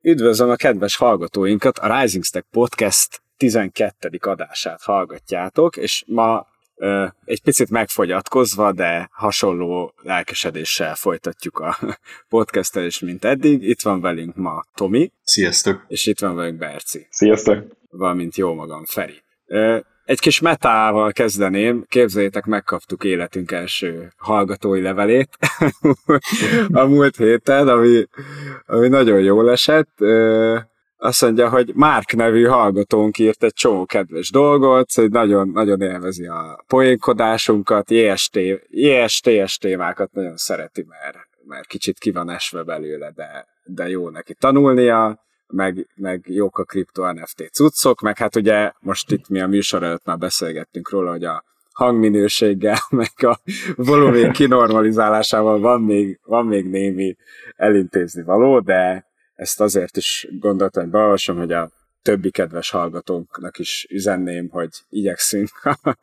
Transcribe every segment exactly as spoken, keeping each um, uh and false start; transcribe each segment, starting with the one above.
Üdvözlöm a kedves hallgatóinkat, a Rising Stack Podcast tizenkettedik adását hallgatjátok, és ma ö, egy picit megfogyatkozva, de hasonló lelkesedéssel folytatjuk a podcastelést, mint eddig. Itt van velünk ma Tomi. Sziasztok! És itt van velünk Berci. Sziasztok! Valamint jó magam, Feri. Ö, Egy kis metával kezdeném. Képzeljétek, megkaptuk életünk első hallgatói levelét a múlt héten, ami, ami nagyon jól esett. Azt mondja, hogy Márk nevű hallgatónk írt egy csomó kedves dolgot, hogy nagyon, nagyon élvezi a poénkodásunkat, jé es té es témákat nagyon szereti, mert, mert kicsit ki van esve belőle, de, de jó neki tanulnia. Meg, meg jók a kripto en ef té cuccok, meg hát ugye most itt mi a műsor előtt már beszélgettünk róla, hogy a hangminőséggel, meg a volumen kinormalizálásával van még, van még némi elintézni való, de ezt azért is gondoltam, hogy beolvasom, hogy a többi kedves hallgatónknak is üzenném, hogy igyekszünk a,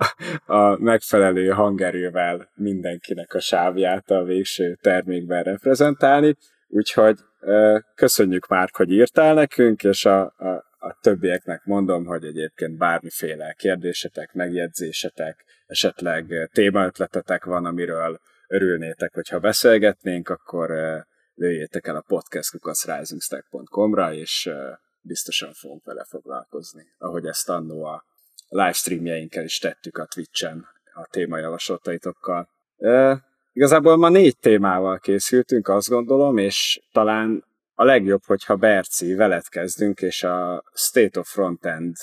a megfelelő hangerővel mindenkinek a sávját a végső termékben reprezentálni, úgyhogy köszönjük már, hogy írtál nekünk, és a, a, a többieknek mondom, hogy egyébként bármiféle kérdésetek, megjegyzésetek, esetleg témaötletetek van, amiről örülnétek, hogyha beszélgetnénk, akkor lőjétek el a podcast kukac rising stack pont com-ra, és biztosan fogunk vele foglalkozni, ahogy ezt annó a livestreamjeinkkel is tettük a Twitch-en a témajavaslataitokkal. Igazából ma négy témával készültünk, azt gondolom, és talán a legjobb, hogyha Berci, veled kezdünk, és a State of Frontend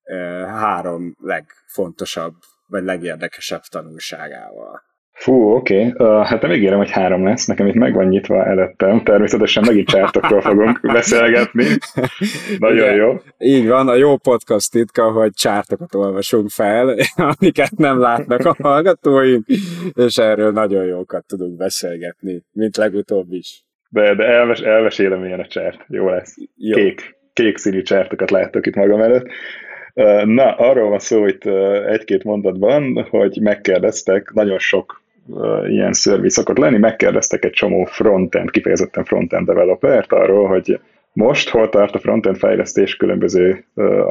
három legfontosabb, vagy legérdekesebb tanulságával. Fú, oké. Okay. Uh, hát nem ígérem, hogy három lesz. Nekem itt meg van nyitva előttem. Természetesen megint csártokról fogunk beszélgetni. Nagyon igen, jó. Így van, a jó podcast titka, hogy csártokat olvasunk fel, amiket nem látnak a hallgatóink, és erről nagyon jókat tudunk beszélgetni, mint legutóbb is. De, de elmes, elmesélem, milyen a csárt. Jó lesz. Jó. Kék, kék színű csártokat láttok itt magam előtt. Na, arról van szó itt egy-két mondatban, hogy megkérdeztek, nagyon sok uh, ilyen szörvi szokott lenni, megkérdeztek egy csomó frontend, kifejezetten frontend developert arról, hogy most hol tart a frontend fejlesztés különböző uh,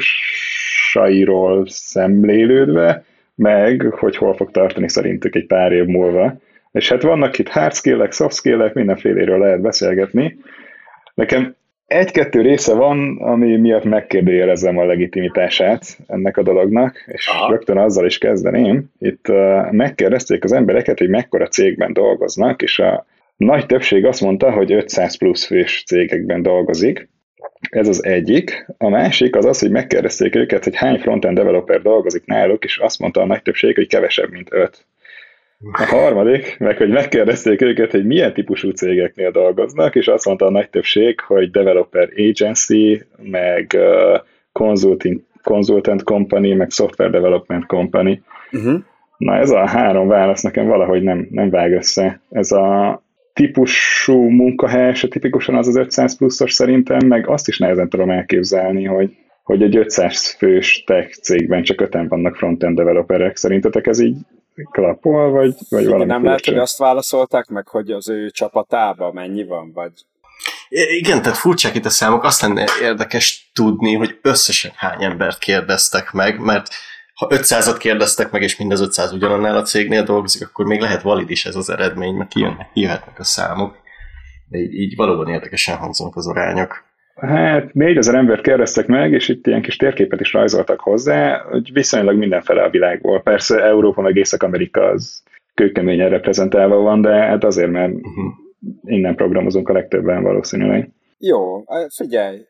aspektusairól szemlélődve, meg hogy hol fog tartani szerintük egy pár év múlva. És hát vannak itt hard skill-ek, soft skill-ek, mindenféléről lehet beszélgetni. Nekem egy-kettő része van, ami miatt megkérdőjelezem a legitimitását ennek a dolognak, és aha, rögtön azzal is kezdeném. Itt uh, megkérdezték az embereket, hogy mekkora cégben dolgoznak, és a nagy többség azt mondta, hogy ötszáz plusz fős cégekben dolgozik. Ez az egyik. A másik az az, hogy megkérdezték őket, hogy hány frontend developer dolgozik náluk, és azt mondta a nagy többség, hogy kevesebb, mint öt. A harmadik, meg hogy megkérdezték őket, hogy milyen típusú cégeknél dolgoznak, és azt mondta a nagy többség, hogy developer agency, meg uh, consulting, consultant company, meg software development company. Uh-huh. Na ez a három válasz nekem valahogy nem, nem vág össze. Ez a típusú munkahely, se tipikusan az az ötszáz pluszos szerintem, meg azt is nehezen tudom elképzelni, hogy, hogy egy ötszáz fős tech cégben csak öten vannak frontend developerek. Szerintetek ez így klappol, vagy, vagy valami? Nem lehet, hogy azt válaszolták meg, hogy az ő csapatában mennyi van, vagy? Igen, tehát furcsák itt a számok, azt lenne érdekes tudni, hogy összesen hány embert kérdeztek meg, mert ha ötszázat kérdeztek meg, és mind az ötszáz ugyanannál a cégnél dolgozik, akkor még lehet valid is ez az eredmény, mert kijönnek, kijöhetnek a számok. De így, így valóban érdekesen hangzanak az arányok. Hát négyezer embert kérdeztek meg, és itt ilyen kis térképet is rajzoltak hozzá, hogy viszonylag mindenfele a világból. Persze Európa meg Észak-Amerika az kőkeményen reprezentálva van, de hát azért, mert uh-huh. innen programozunk a legtöbben valószínűleg. Jó, figyelj,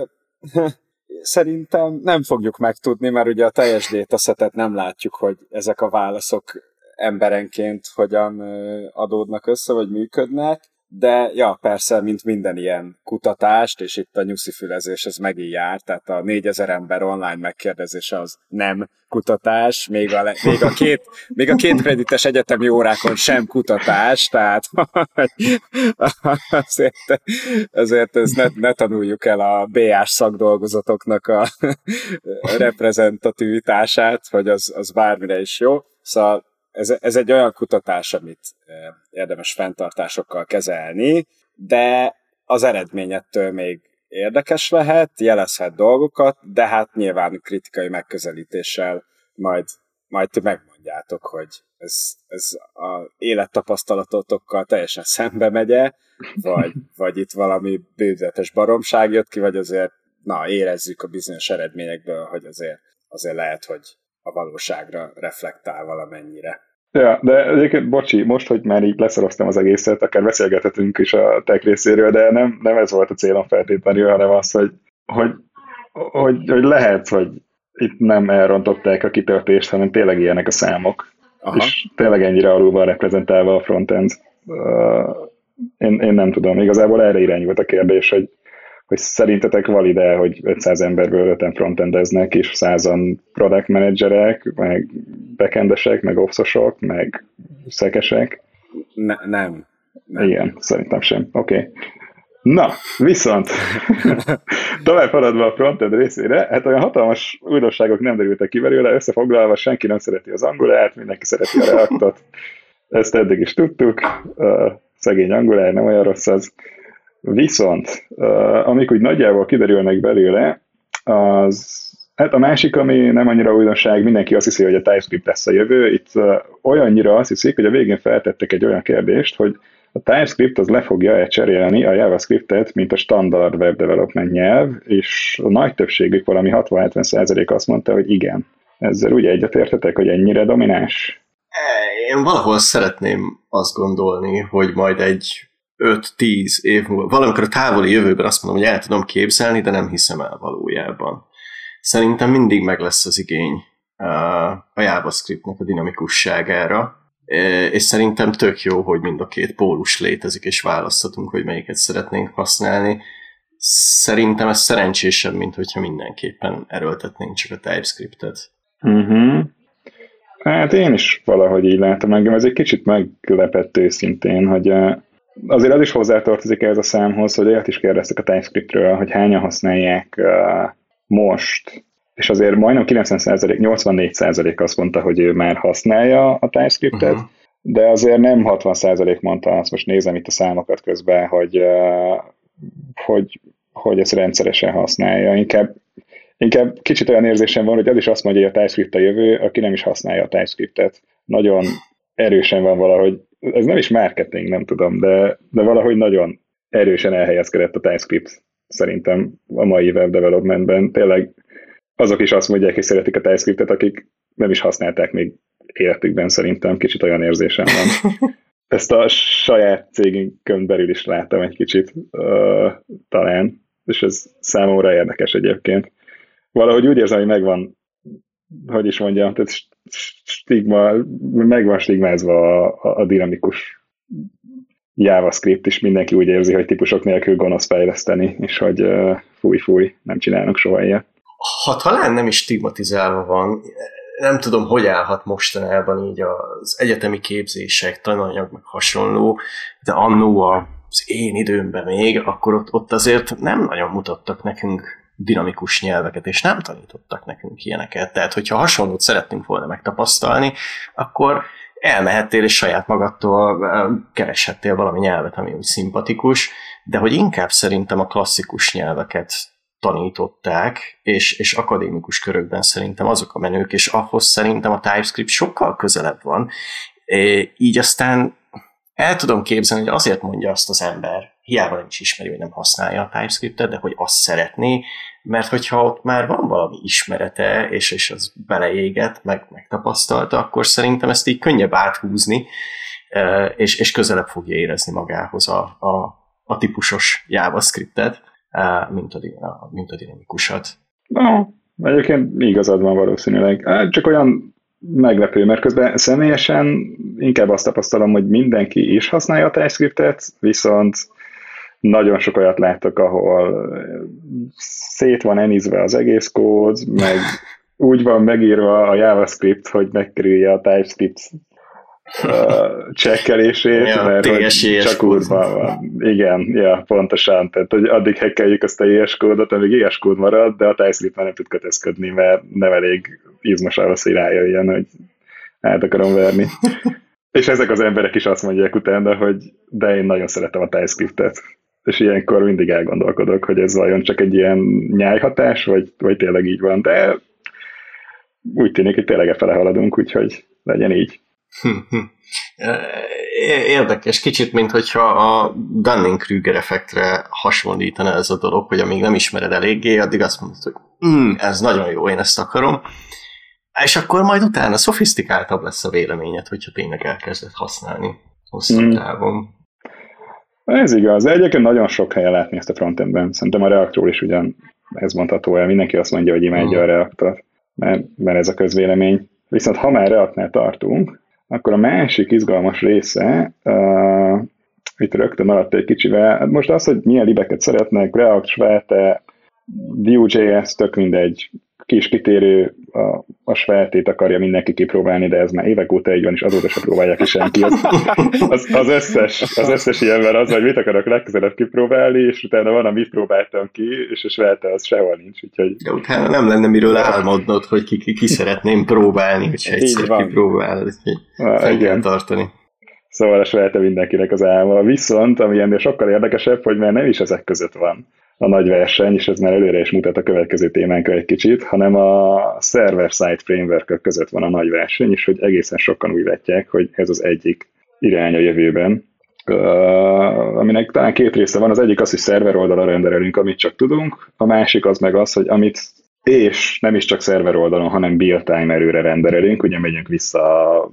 szerintem nem fogjuk megtudni, mert ugye a teljes datasetet nem látjuk, hogy ezek a válaszok emberenként hogyan adódnak össze, vagy működnek, de ja, persze, mint minden ilyen kutatást, és itt a nyuszifülezés, ez megint jár, tehát a négyezer ember online megkérdezése az nem kutatás, még a, még a, két, még a két kredites egyetemi órákon sem kutatás, tehát azért, azért ezt ne, ne tanuljuk el a bé á-s szakdolgozatoknak a reprezentativitását, hogy az, az bármire is jó. Szóval Ez, ez egy olyan kutatás, amit érdemes fenntartásokkal kezelni, de az eredményettől még érdekes lehet, jelezhet dolgokat, de hát nyilván kritikai megközelítéssel majd, majd ti megmondjátok, hogy ez, ez a élettapasztalatotokkal teljesen szembe megye, vagy, vagy itt valami bőzetes baromság jött ki, vagy azért na, érezzük a bizonyos eredményekből, hogy azért, azért lehet, hogy a valóságra reflektál valamennyire. Ja, de egyébként, bocsi, most, hogy már így leszoroztam az egészet, akár beszélgethetünk is a tech részéről, de nem, nem ez volt a célom feltétlenül, hanem az, hogy, hogy, hogy, hogy lehet, hogy itt nem elrontották a kitöltést, hanem tényleg ilyenek a számok. Aha. És tényleg ennyire alul van reprezentálva a frontend. Uh, én, én nem tudom, igazából erre irányult a kérdés, hogy hogy szerintetek valid-e, hogy ötszáz emberből öten frontendeznek, és százan product managerek, meg backendesek, meg offsosok, meg szekesek? Ne, nem, nem. Igen, szerintem sem. Oké. Okay. Na, viszont tovább haladva a frontend részére, hát olyan hatalmas újdonságok nem derültek ki belőle, összefoglalva senki nem szereti az Angulárt, mindenki szereti a Reactot. Ezt eddig is tudtuk, uh, szegény Angular, nem olyan rossz az. Viszont, uh, amik úgy nagyjából kiderülnek belőle, az, hát a másik, ami nem annyira újdonság, mindenki azt hiszi, hogy a TypeScript lesz a jövő. Itt uh, olyannyira azt hiszik, hogy a végén feltettek egy olyan kérdést, hogy a TypeScript az le fogja-e cserélni a JavaScriptet, mint a standard web development nyelv, és a nagy többségük, valami hatvan-hetven százalék azt mondta, hogy igen. Ezzel úgy egyetértetek, hogy ennyire domináns? Én valahol szeretném azt gondolni, hogy majd egy öt-tíz év múlva, valamikor a távoli jövőben azt mondom, hogy el tudom képzelni, de nem hiszem el valójában. Szerintem mindig meg lesz az igény a JavaScriptnek a dinamikusságára, és szerintem tök jó, hogy mind a két pólus létezik, és választhatunk, hogy melyiket szeretnénk használni. Szerintem ez szerencsésebb, mint hogyha mindenképpen erőltetnénk csak a TypeScriptet. Uh-huh. Hát én is valahogy így látom engem. Ez egy kicsit meglepett őszintén, hogy azért az is hozzátartozik ehhez a számhoz, hogy olyat is kérdeztek a TypeScriptről, hogy hányan használják uh, most, és azért majdnem kilencven százalék, nyolcvannégy százalék azt mondta, hogy ő már használja a TypeScriptet, uh-huh. de azért nem hatvan százalék mondta, azt most nézem itt a számokat közben, hogy, uh, hogy, hogy ezt rendszeresen használja. Inkább, inkább kicsit olyan érzésem van, hogy az is azt mondja, hogy a TypeScript a jövő, aki nem is használja a TypeScriptet. Nagyon erősen van valahogy, ez nem is marketing, nem tudom, de, de valahogy nagyon erősen elhelyezkedett a TypeScript szerintem a mai web developmentben. Tényleg azok is azt mondják, hogy szeretik a TypeScriptet, akik nem is használták még életükben, szerintem kicsit olyan érzésem van. Ezt a saját cégünkön belül is láttam egy kicsit uh, talán, és ez számomra érdekes egyébként. Valahogy úgy érzem, hogy megvan, hogy is mondjam, tehát stigma, megvan stigmázva a, a dinamikus JavaScript, és mindenki úgy érzi, hogy típusok nélkül gonosz fejleszteni, és hogy uh, fúj, fúj, nem csinálnak soha ilyet. Ha talán nem is stigmatizálva van, nem tudom, hogy állhat mostanában így az egyetemi képzések, tananyag meg hasonló, de annó az én időmben még, akkor ott, ott azért nem nagyon mutattak nekünk dinamikus nyelveket, és nem tanítottak nekünk ilyeneket. Tehát, hogyha hasonlót szeretnénk volna megtapasztalni, akkor elmehettél, és saját magadtól kereshettél valami nyelvet, ami úgy szimpatikus, de hogy inkább szerintem a klasszikus nyelveket tanították, és, és akadémikus körökben szerintem azok a menők, és ahhoz szerintem a TypeScript sokkal közelebb van. É, így aztán el tudom képzelni, hogy azért mondja azt az ember, hiába nem is ismeri, hogy nem használja a TypeScriptet, de hogy azt szeretné, mert hogyha ott már van valami ismerete, és, és az beleéget, meg, megtapasztalta, akkor szerintem ezt így könnyebb áthúzni, és, és közelebb fogja érezni magához a, a, a típusos JavaScriptet, mint a, mint a dinamikusat. No, egyébként igazad van valószínűleg. Csak olyan meglepő, mert közben személyesen inkább azt tapasztalom, hogy mindenki is használja a TypeScriptet, viszont nagyon sok olyat láttak, ahol szét van enizve az egész kód, meg úgy van megírva a JavaScript, hogy megkerülje a TypeScript uh, csekkelését, ja, mert csak úgy van. Igen, ja, pontosan. Tehát, hogy addig hackeljük azt a i es kódot, amíg i es kód marad, de a TypeScript már nem tud kötözködni, mert nem elég izmos ahhoz, hogy rájöjjön, hogy át akarom verni. És ezek az emberek is azt mondják utána, hogy de én nagyon szeretem a TypeScriptet. és ilyenkor mindig elgondolkodok, hogy ez vajon csak egy ilyen nyájhatás, vagy, vagy tényleg így van, de úgy tűnik, hogy tényleg efele haladunk, úgyhogy legyen így. Érdekes, kicsit, mint hogyha a Dunning-Kruger effektre hasonlítana ez a dolog, hogy amíg nem ismered eléggé, addig azt mondod, hogy mm, ez nagyon jó, én ezt akarom, és akkor majd utána szofisztikáltabb lesz a véleményed, hogyha tényleg elkezded használni hosszabb mm. távon. Ez igaz. Egyébként nagyon sok helyen látni ezt a frontendben. Szerintem a Reaktról is ugyan ez mondható el. Mindenki azt mondja, hogy imádja mm. a Reaktot, mert, mert ez a közvélemény. Viszont ha már Reaktnál tartunk, akkor a másik izgalmas része, uh, itt rögtön alatt egy kicsivel, most az, hogy milyen libeket szeretnek, React, Svelte, Vue.js, tök mindegy, kis kitérő, a, a Svelte-t akarja mindenki kipróbálni, de ez már évek óta így van, és azóta sem próbálják ki senki. Az, az, az, összes, az összes ilyenben az, hogy mit akarok legközelebb kipróbálni, és utána van, amit próbáltam ki, és a Svelte az sehol nincs. Úgyhogy... De utána nem lenne miről álmodnod, hogy ki, ki, ki szeretném próbálni, hogyha egyszer kipróbálod, úgyhogy fel kell tartani. Szóval a Svelte mindenkinek az álma. Viszont, ami ennél sokkal érdekesebb, hogy már nem is ezek között van a nagy verseny, és ez már előre is mutat a következő témánkra egy kicsit, hanem a server-side framework között van a nagy verseny, és hogy egészen sokan úgy látják, hogy ez az egyik irány a jövőben. Uh, aminek talán két része van, az egyik az, hogy szerver oldalon rendelünk, amit csak tudunk, a másik az meg az, hogy amit, és nem is csak szerver oldalon, hanem build time erőre rendelünk, ugye megyünk vissza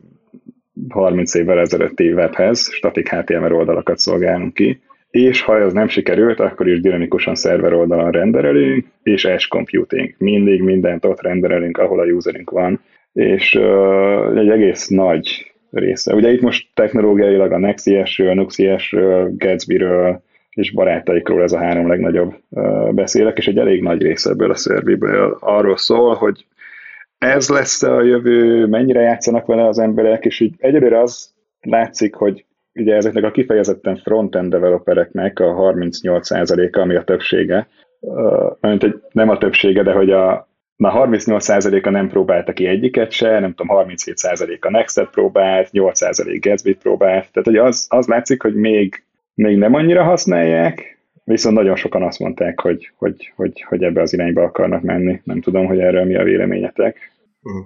harminc évvel ezelőtti webhez, static há té em el oldalakat szolgálunk ki, és ha ez nem sikerült, akkor is dinamikusan szerver oldalon renderelünk, és edge computing. Mindig mindent ott renderelünk, ahol a userünk van, és uh, egy egész nagy része. Ugye itt most technológiailag a Next.js-ről, Nux.js-ről, Gatsby-ről és barátaikról ez a három legnagyobb uh, beszélek, és egy elég nagy része ebből a szervéből arról szól, hogy ez lesz a jövő, mennyire játszanak vele az emberek, és így egyelőre az látszik, hogy ugye ezeknek a kifejezetten front-end developereknek a harmincnyolc százaléka, ami a többsége, uh, nem a többsége, de hogy a, a harmincnyolc százaléka nem próbálta ki egyiket se, nem tudom, harminchét százaléka Next-et próbált, nyolc százalék Gatsby-t próbált, tehát hogy az, az látszik, hogy még, még nem annyira használják, viszont nagyon sokan azt mondták, hogy, hogy, hogy, hogy ebbe az irányba akarnak menni. Nem tudom, hogy erről mi a véleményetek. Mm.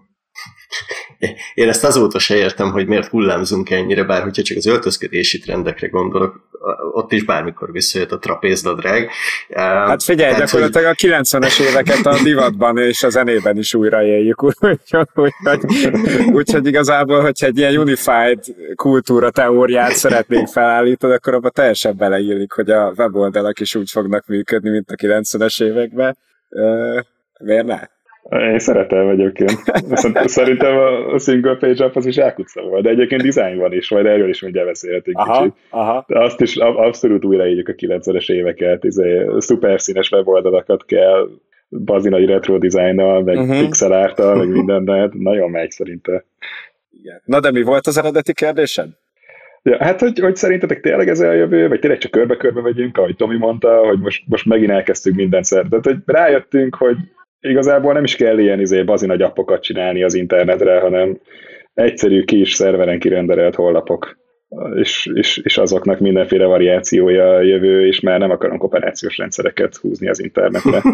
Én ezt azóta se értem, hogy miért hullámzunk ennyire, bár hogyha csak az öltözködési trendekre gondolok, ott is bármikor visszajött a trapéznadrág. Hát figyelj, tehát, gyakorlatilag hogy... a kilencvenes éveket a divatban és a zenében is újraéljük, úgyhogy úgy, úgy, úgy, igazából, hogyha egy ilyen unified kultúra teóriát szeretnénk felállítani, akkor abban teljesen beleillik, hogy a weboldalak is úgy fognak működni, mint a kilencvenes években. Miért ne? Én szeretem egyébként. Szerintem a single page app az is elkucca volt, de egyébként design van is, majd erről is mindjárt beszélhetünk kicsit. Aha. De azt is abszolút újraéljük a kilencvenes éveket, izé, szuper színes weboldalakat kell, bazinai retro designnal, meg uh-huh. pixel ártal, meg mindennel, nagyon megy szerintem. Na de mi volt az eredeti kérdésed? Ja, hát, hogy, hogy szerintetek tényleg ez eljövő, vagy tényleg csak körbe-körbe megyünk, ahogy Tomi mondta, hogy most, most megint elkezdtük mindenszer. Tehát, hogy rájöttünk, hogy igazából nem is kell ilyen izé, bazi nagy appokat csinálni az internetre, hanem egyszerű kis szerveren kirenderelt honlapok, és, és, és azoknak mindenféle variációja jövő, és már nem akarunk operációs rendszereket húzni az internetre.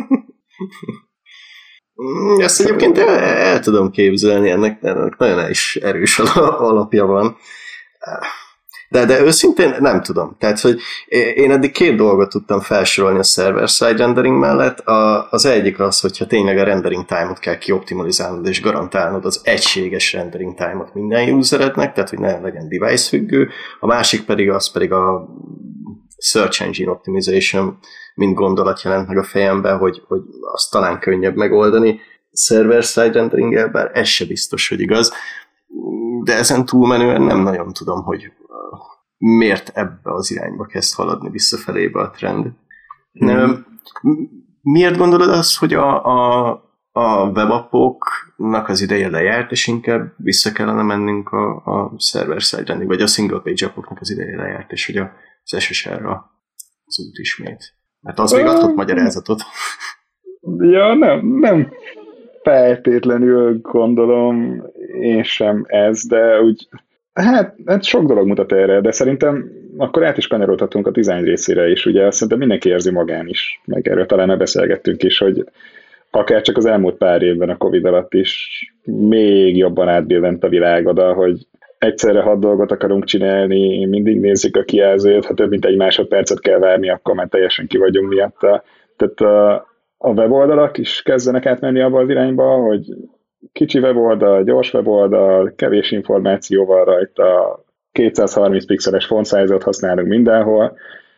Ezt egyébként el, el tudom képzelni, ennek, ennek nagyon is erős alapja van. De, de őszintén nem tudom. Tehát, hogy én eddig két dolgot tudtam felsorolni a server-side rendering mellett. A, az egyik az, hogyha tényleg a rendering time-ot kell kioptimalizálnod, és garantálnod az egységes rendering time-ot minden userednek, tehát, hogy ne legyen device függő. A másik pedig az pedig a search engine optimization, mint gondolat jelent meg a fejemben, hogy, hogy azt talán könnyebb megoldani server-side renderinggel, bár ez se biztos, hogy igaz. De ezen túlmenően nem nagyon tudom, hogy miért ebbe az irányba kezd haladni visszafelébe a trend. Mm. Miért gondolod azt, hogy a, a, a webappoknak az ideje lejárt, és inkább vissza kellene mennünk a, a server-side rending, vagy a single page appoknak az ideje lejárt, és hogy az es es er-ra az út ismét? Mert az még adott magyarázatot. Ja, nem, nem feltétlenül gondolom én sem ez, de úgy Hát, hát sok dolog mutat erre, de szerintem akkor át is kanyarodhatunk a design részére is. Ugye szerintem mindenki érzi magán is, meg erről talán beszélgettünk is, hogy akár csak az elmúlt pár évben a Covid alatt is még jobban átbillent a világ oda, hogy egyszerre hat dolgot akarunk csinálni, mindig nézzük a kijelzőt, ha több mint egy másodpercet kell várni, akkor már teljesen ki vagyunk miatta. Tehát a, a weboldalak is kezdenek átmenni abba az irányba, hogy kicsi weboldal, gyors weboldal, kevés információval rajta, kétszázharminc pixeles font size-ot használunk mindenhol,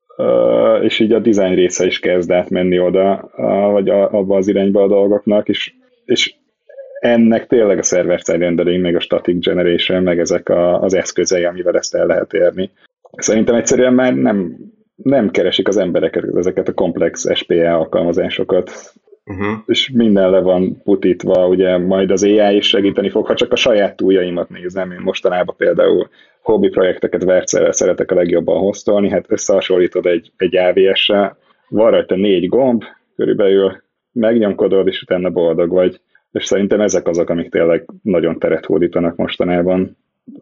és így a design része is kezd átmenni oda, vagy abba az irányba a dolgoknak, és, és ennek tényleg a server-side rendering, meg a static generation, meg ezek a, az eszközei, amivel ezt el lehet érni. Szerintem egyszerűen már nem, nem keresik az embereket ezeket a komplex es pé á alkalmazásokat, uh-huh. és minden le van putítva, ugye majd az á i is segíteni fog, ha csak a saját túljaimat nézem, én mostanában például hobby projekteket Vercelrel szeretek a legjobban hostolni, hát összehasonlítod egy, egy á vé es-sel, van rajta négy gomb, körülbelül megnyomkodod, és utána boldog vagy. És szerintem ezek azok, amik tényleg nagyon teret hódítanak mostanában.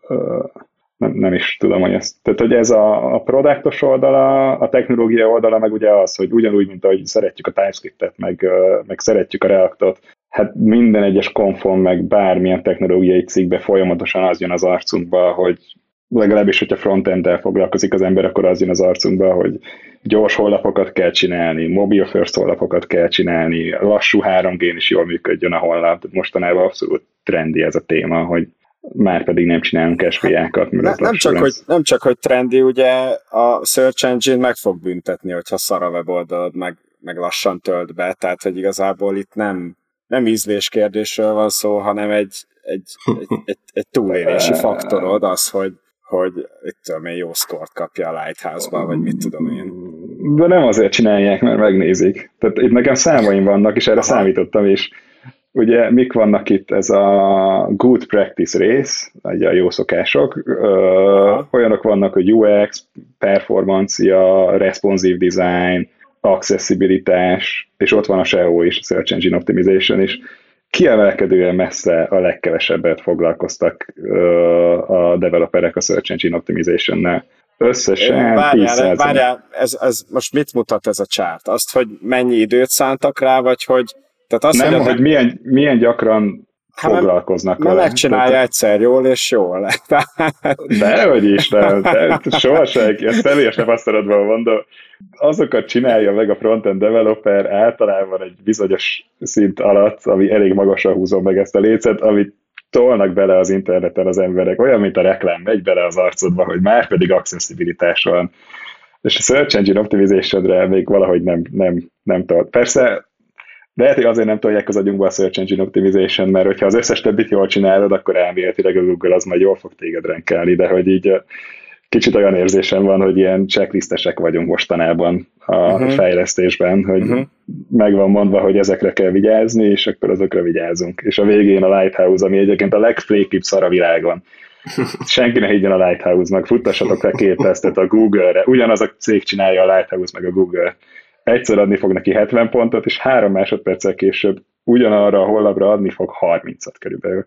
Nem, nem is tudom, hogy ez... Tehát, hogy ez a, a produktos oldala, a technológia oldala, meg ugye az, hogy ugyanúgy, mint ahogy szeretjük a TypeScriptet, meg, meg szeretjük a Reactot, hát minden egyes konfon, meg bármilyen technológiai cikkbe folyamatosan az jön az arcunkba, hogy legalábbis, hogyha frontenddel foglalkozik az ember, akkor az jön az arcunkba, hogy gyors honlapokat kell csinálni, mobile first honlapokat kell csinálni, lassú három gén is jól működjön a honlap. Mostanában abszolút trendi ez a téma, hogy már pedig nem csinálunk es pé á-kat. Ne, nem, csak, hogy, nem csak, hogy trendi, ugye a search engine meg fog büntetni, hogyha szar a weboldalad, meg, meg lassan tölt be, tehát hogy igazából itt nem, nem ízléskérdésről van szó, hanem egy, egy, egy, egy, egy túlélési faktorod az, hogy hogy itt tudom én, jó szkort kapja a Lighthouse-ban, vagy mit tudom én. De nem azért csinálják, mert megnézik. Tehát itt nekem számaim vannak, és erre Aha. számítottam is. Ugye mik vannak itt? Ez a good practice rész, ugye a jó szokások. Ö, olyanok vannak, hogy u iksz, performancia, responsive design, accessibilitás, és ott van a es e o is, a Search Engine Optimization is. Kiemelkedően messze a legkevesebbet foglalkoztak uh, a developerek a Search Engine Optimization-nel. Összesen várjál, tíz százalék. Várjál, ez, ez most mit mutat ez a chart? Azt, hogy mennyi időt szántak rá, vagy hogy... Tehát azt, nem, hogy, hogy milyen, milyen gyakran hát foglalkoznak vele. Megcsinálja tehát, egyszer jól, és jól. Dehogy is, nem. De sohasem, ezt teljes tapasztalatban mondom. Azokat csinálja meg a frontend developer általában egy bizonyos szint alatt, ami elég magasra húzom meg ezt a lécet, amit tolnak bele az interneten az emberek. Olyan, mint a reklám, megy bele az arcodba, hogy már pedig accessibilitás van. És a Search Engine Optimization-re még valahogy nem, nem, nem tolt. Persze, de lehet, hogy azért nem tolják az agyunkba a Search Engine Optimization, mert hogyha az összes többit jól csinálod, akkor elméletileg a Google az majd jól fog téged renkelni, de hogy így kicsit olyan érzésem van, hogy ilyen checklistesek vagyunk mostanában a uh-huh. fejlesztésben, hogy uh-huh. meg van mondva, hogy ezekre kell vigyázni, és akkor azokra vigyázunk. És a végén a Lighthouse, ami egyébként a legflékibb szar a világon. Senki ne higgyen a Lighthouse-nak, futtassatok le két tesztet a Google-re. Ugyanaz a cég csinálja a Lighthouse meg a Google. Egyszer adni fog neki hetven pontot, és három másodperccel később ugyanarra a honlapra adni fog harmincat körülbelül.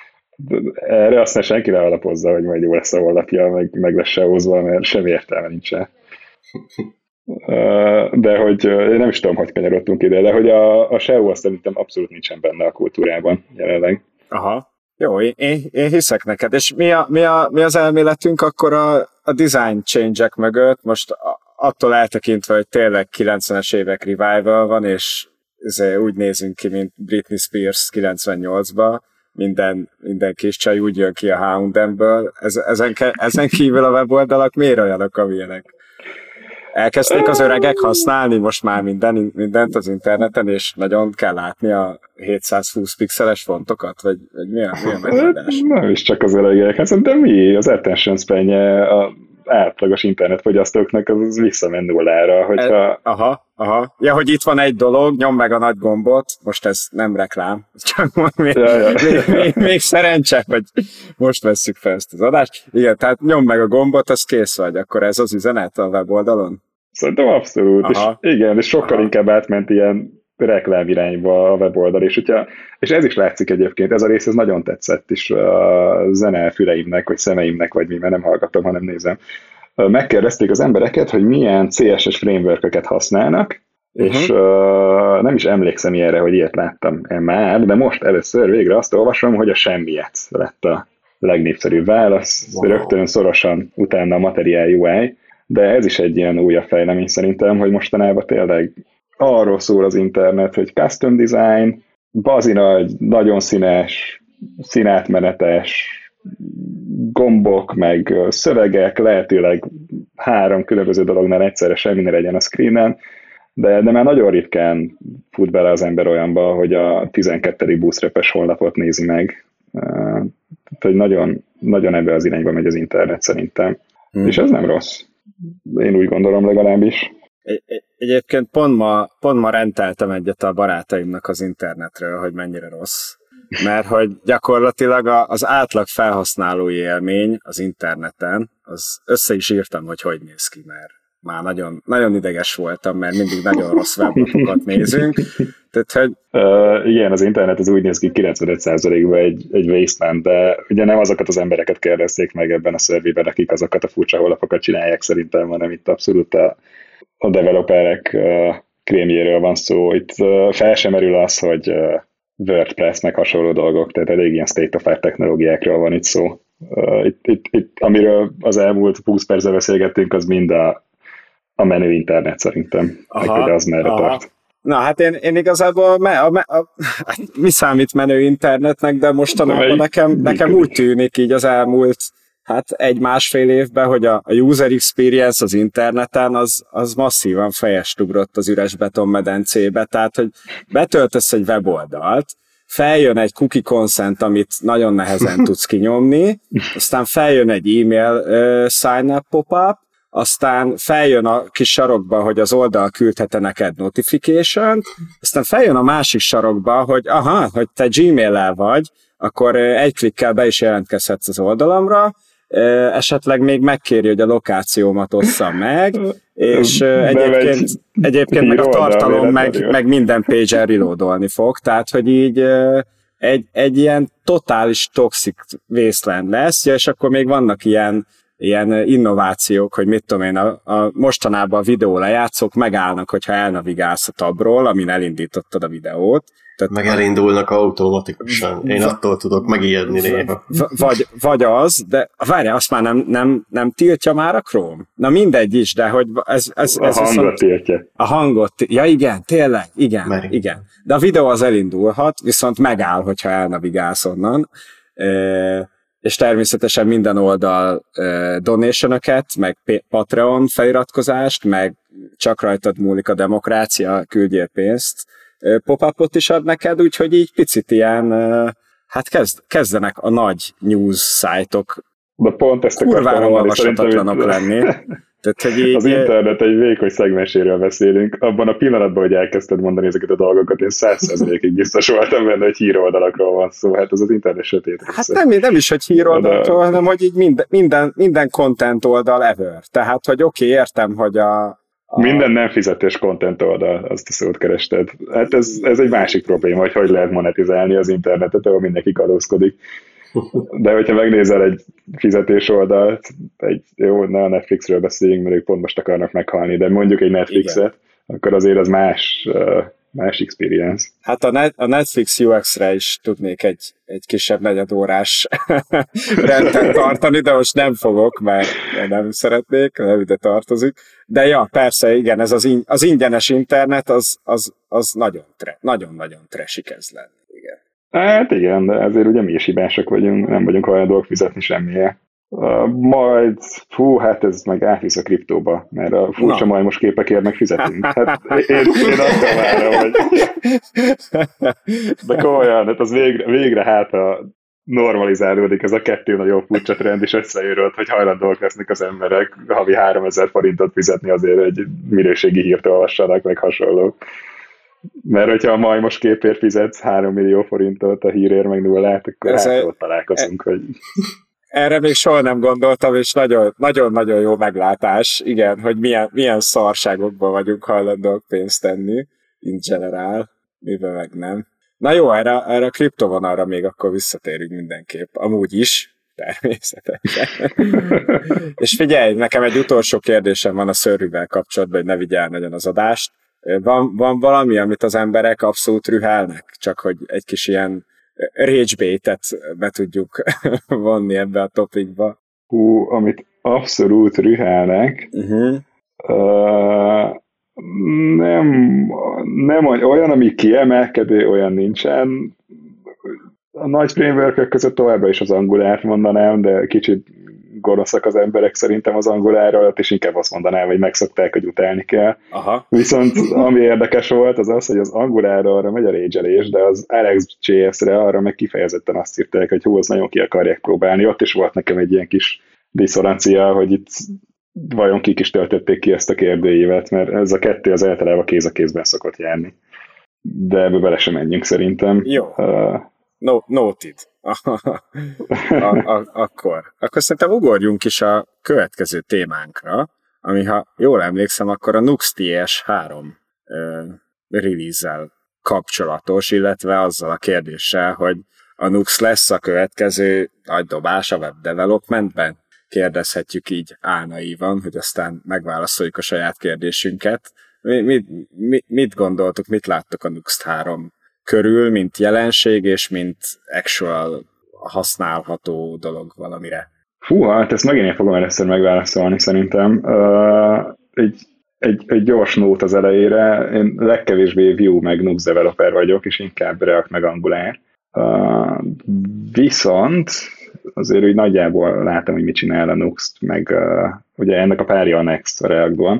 Erre aztán senki ne alapozza, hogy majd jó lesz a honlapja, meg, meg lesz sehozva, mert semmi értelme nincsen. De hogy én nem is tudom, hogy kanyarodtunk ide, de hogy a, a es e o azt szerintem abszolút nincsen benne a kultúrában jelenleg. Aha. Jó, én, én hiszek neked. És mi, a, mi, a, mi az elméletünk akkor a, a design change-ek mögött? Most a, attól eltekintve, hogy tényleg kilencvenes évek revival van, és úgy nézünk ki, mint Britney Spears kilencvennyolcban, minden, minden kis csaj úgy jön ki a há és em-ből. Ez, ezen, ezen kívül a weboldalak miért olyanok, amilyenek? Elkezdték az öregek használni most már minden, mindent az interneten, és nagyon kell látni a hétszázhúsz pixeles fontokat? Vagy, vagy mi a, mi a megoldás? Nem is csak az öregek. Hát szerintem mi? Az attention span-je a átlagos internetfogyasztóknak az visszamen nullára, hogyha... E, aha, aha. Ja, hogy itt van egy dolog, nyom meg a nagy gombot, most ez nem reklám, csak még, ja, ja. még, még, még szerencse, hogy most vesszük fel ezt az adást. Igen, tehát nyom meg a gombot, az kész vagy, akkor ez az üzenet a weboldalon? Szerintem abszolút, aha. és igen, és sokkal aha. inkább átment ilyen reklám irányba a weboldal, és, hogyha, és ez is látszik egyébként, ez a rész ez nagyon tetszett is a zene füleimnek, vagy szemeimnek, vagy mi, mert nem hallgatom, hanem nézem. Megkérdezték az embereket, hogy milyen cé es es frameworköket használnak, uh-huh. és uh, nem is emlékszem ilyenre, hogy ilyet láttam már, de most először végre azt olvasom, hogy a semmiet lett a legnépszerűbb válasz, wow. Rögtön szorosan utána a Material u i, de ez is egy ilyen újabb fejlemény szerintem, hogy mostanában tényleg arról szól az internet, hogy custom design, bazinagy, nagyon színes, színátmenetes, gombok, meg szövegek, lehetőleg három különböző dolognál egyszerre semmi ne legyen a screenen, de, de már nagyon ritkán fut bele az ember olyanba, hogy a tizenkettedik bootstrap-es honlapot nézi meg. Tehát, hogy nagyon, nagyon ebbe az irányba megy az internet szerintem. Hmm. És ez nem rossz. Én úgy gondolom legalábbis. Egy, egyébként pont ma, pont ma rendeltem egyet a barátaimnak az internetről, hogy mennyire rossz. Mert hogy gyakorlatilag az átlag felhasználói élmény az interneten, az össze is írtam, hogy hogy néz ki, mert már nagyon, nagyon ideges voltam, mert mindig nagyon rossz weblapokat nézünk. Tehát, hogy... Uh, igen, az internet az úgy néz ki kilencvenöt százalékban egy, egy wasteland, de ugye nem azokat az embereket kérdezték meg ebben a szörvében, akik azokat a furcsa honlapokat csinálják szerintem, hanem itt abszolút a, a developerek uh, krémjéről van szó. Itt uh, fel sem merül az, hogy uh, WordPress meg hasonló dolgok, tehát elég ilyen state-of-art technológiákról van itt szó. Uh, itt, itt, itt, amiről az elmúlt húsz percben beszélgettünk, az mind a, a menő internet szerintem, aha, hogy az merre aha. tart. Na hát én, én igazából me, a, a, a, mi számít menő internetnek, de mostanában nekem, nekem úgy tűnik így az elmúlt hát egy-másfél évben, hogy a, a user experience az interneten az, az masszívan fejest ugrott az üres betonmedencébe, tehát hogy betöltesz egy weboldalt, feljön egy cookie consent, amit nagyon nehezen tudsz kinyomni, aztán feljön egy e-mail uh, sign-up pop-up, aztán feljön a kis sarokba, hogy az oldal küldhet-e neked notification-t, aztán feljön a másik sarokba, hogy aha, hogy te Gmail-el vagy, akkor egy klikkel be is jelentkezhetsz az oldalamra, esetleg még megkéri, hogy a lokációmat osszam meg, és egyébként, egyébként meg a tartalom meg, meg minden page-en reloadolni fog, tehát hogy így egy, egy ilyen totális toxic wasteland lesz, és akkor még vannak ilyen ilyen innovációk, hogy mit tudom én, a, a mostanában a videó lejátszók megállnak, hogyha elnavigálsz a tabról, amin elindítottad a videót. Tehát meg elindulnak automatikusan. Én v- attól tudok megijedni néha. V- vagy, vagy az, de várjál, azt már nem, nem, nem tiltja már a Chrome? Na mindegy is, de hogy ez... ez, ez a hangot viszont, tiltja. A hangot, ja igen, tényleg, igen, Meri. igen. De a videó az elindulhat, viszont megáll, hogyha elnavigálsz onnan. E- és természetesen minden oldal uh, donation-öket, meg Patreon feliratkozást, meg csak rajtad múlik a demokrácia, küldjél pénzt, uh, pop-upot is ad neked, úgyhogy így picit ilyen, uh, hát kezd, kezdenek a nagy news szájtok kurvára olvashatatlanok lenni. Tehát, hogy így... Az internet egy vékony szegmenséről beszélünk. Abban a pillanatban, hogy elkezdted mondani ezeket a dolgokat, én száz százalékig biztos voltam benne, hogy híroldalakról van szó. Hát ez az internet sötét része. Hát nem, nem is, hogy híroldalakról, de... hanem hogy így minden, minden, minden content oldal ever. Tehát, hogy oké, okay, értem, hogy a, a... Minden nem fizetős content oldal, azt a szót kerested. Hát ez, ez egy másik probléma, hogy hogy lehet monetizálni az internetet, ahol mindenki kalózkodik. De hogyha megnézel egy fizetés oldalt, egy, jó, ne a Netflixről beszéljünk, mert ők pont most akarnak meghalni, de mondjuk egy Netflixet, igen, akkor azért az más, más experience. Hát a, net, a Netflix u iksz-re is tudnék egy, egy kisebb negyedórás rendet tartani, de most nem fogok, mert nem szeretnék, nem ide tartozik. De ja, persze, igen, ez az, in, az ingyenes internet, az, az, az nagyon, tre, nagyon-nagyon trashy kezd lenni. Igen. Hát igen, de ezért ugye mi is hibásak vagyunk, nem vagyunk hajlandóak fizetni semmilyen. Uh, majd, fú, hát ez meg átvisz a kriptóba, mert a furcsa majmos képekért meg fizetünk. Hát én, én azt várom, hogy... De komolyan, hát az végre, végre hát a normalizálódik ez a kettő nagyon furcsa trend, és összeérült, hogy hajlandóak lesznek az emberek havi háromezer forintot fizetni azért, hogy minőségi hírt olvassanak, meg hasonló. Mert hogyha a majmos képért fizetsz három millió forintot, a hírért meg nullát, akkor hát egy... ott találkozunk, e... hogy... Erre még soha nem gondoltam, és nagyon-nagyon jó meglátás, igen, hogy milyen, milyen szarságokban vagyunk hajlandóak pénzt tenni. in general, mivel meg nem. Na jó, erre, erre a kriptovonalra még akkor visszatérünk mindenképp. Amúgy is, természetesen. És figyelj, nekem egy utolsó kérdésem van a szörvivel kapcsolatban, hogy ne vigyál nagyon az adást. Van, van valami, amit az emberek abszolút rühelnek? Csak hogy egy kis ilyen rage bait-et be tudjuk vonni ebbe a topikba. Hú, amit abszolút rühelnek, Uh-huh. uh, nem, nem olyan, ami kiemelkedő, olyan nincsen. A nagy framework között továbbra is az Angulárt mondanám, de kicsit gonoszak az emberek szerintem az Angularral, és inkább azt mondanám, hogy megszokták, hogy utálni kell. Aha. Viszont ami érdekes volt, az az, hogy az Angularra arra megy a rage-elés, de az RxJS-re arra meg kifejezetten azt írták, hogy hú, azt nagyon ki akarják próbálni. Ott is volt nekem egy ilyen kis diszonancia, hogy itt vajon kik is töltötték ki ezt a kérdőívet, mert ez a kettő az általában kéz a kézben szokott járni. De ebbe bele sem menjünk szerintem. Jó. Uh, No, noted. a, a, akkor. Akkor szerintem ugorjunk is a következő témánkra, ami, ha jól emlékszem, akkor a Nuxt.js té es három uh, release-zel kapcsolatos, illetve azzal a kérdéssel, hogy a Nuxt lesz a következő nagy dobás a web developmentben? Kérdezhetjük így álnaívan, hogy aztán megválaszoljuk a saját kérdésünket. Mi, mit, mit, mit gondoltuk, mit láttok a Nuxt három körül, mint jelenség, és mint actual használható dolog valamire? Fú, hát ezt megint én fogom először megválaszolni szerintem. Uh, egy, egy, egy gyors nót az elejére. Én legkevésbé Vue meg Nuxt developer vagyok, és inkább React meg Angular. Uh, viszont azért úgy nagyjából látom, hogy mit csinál a Nuxt, meg uh, ugye ennek a párja a Next a Reactban,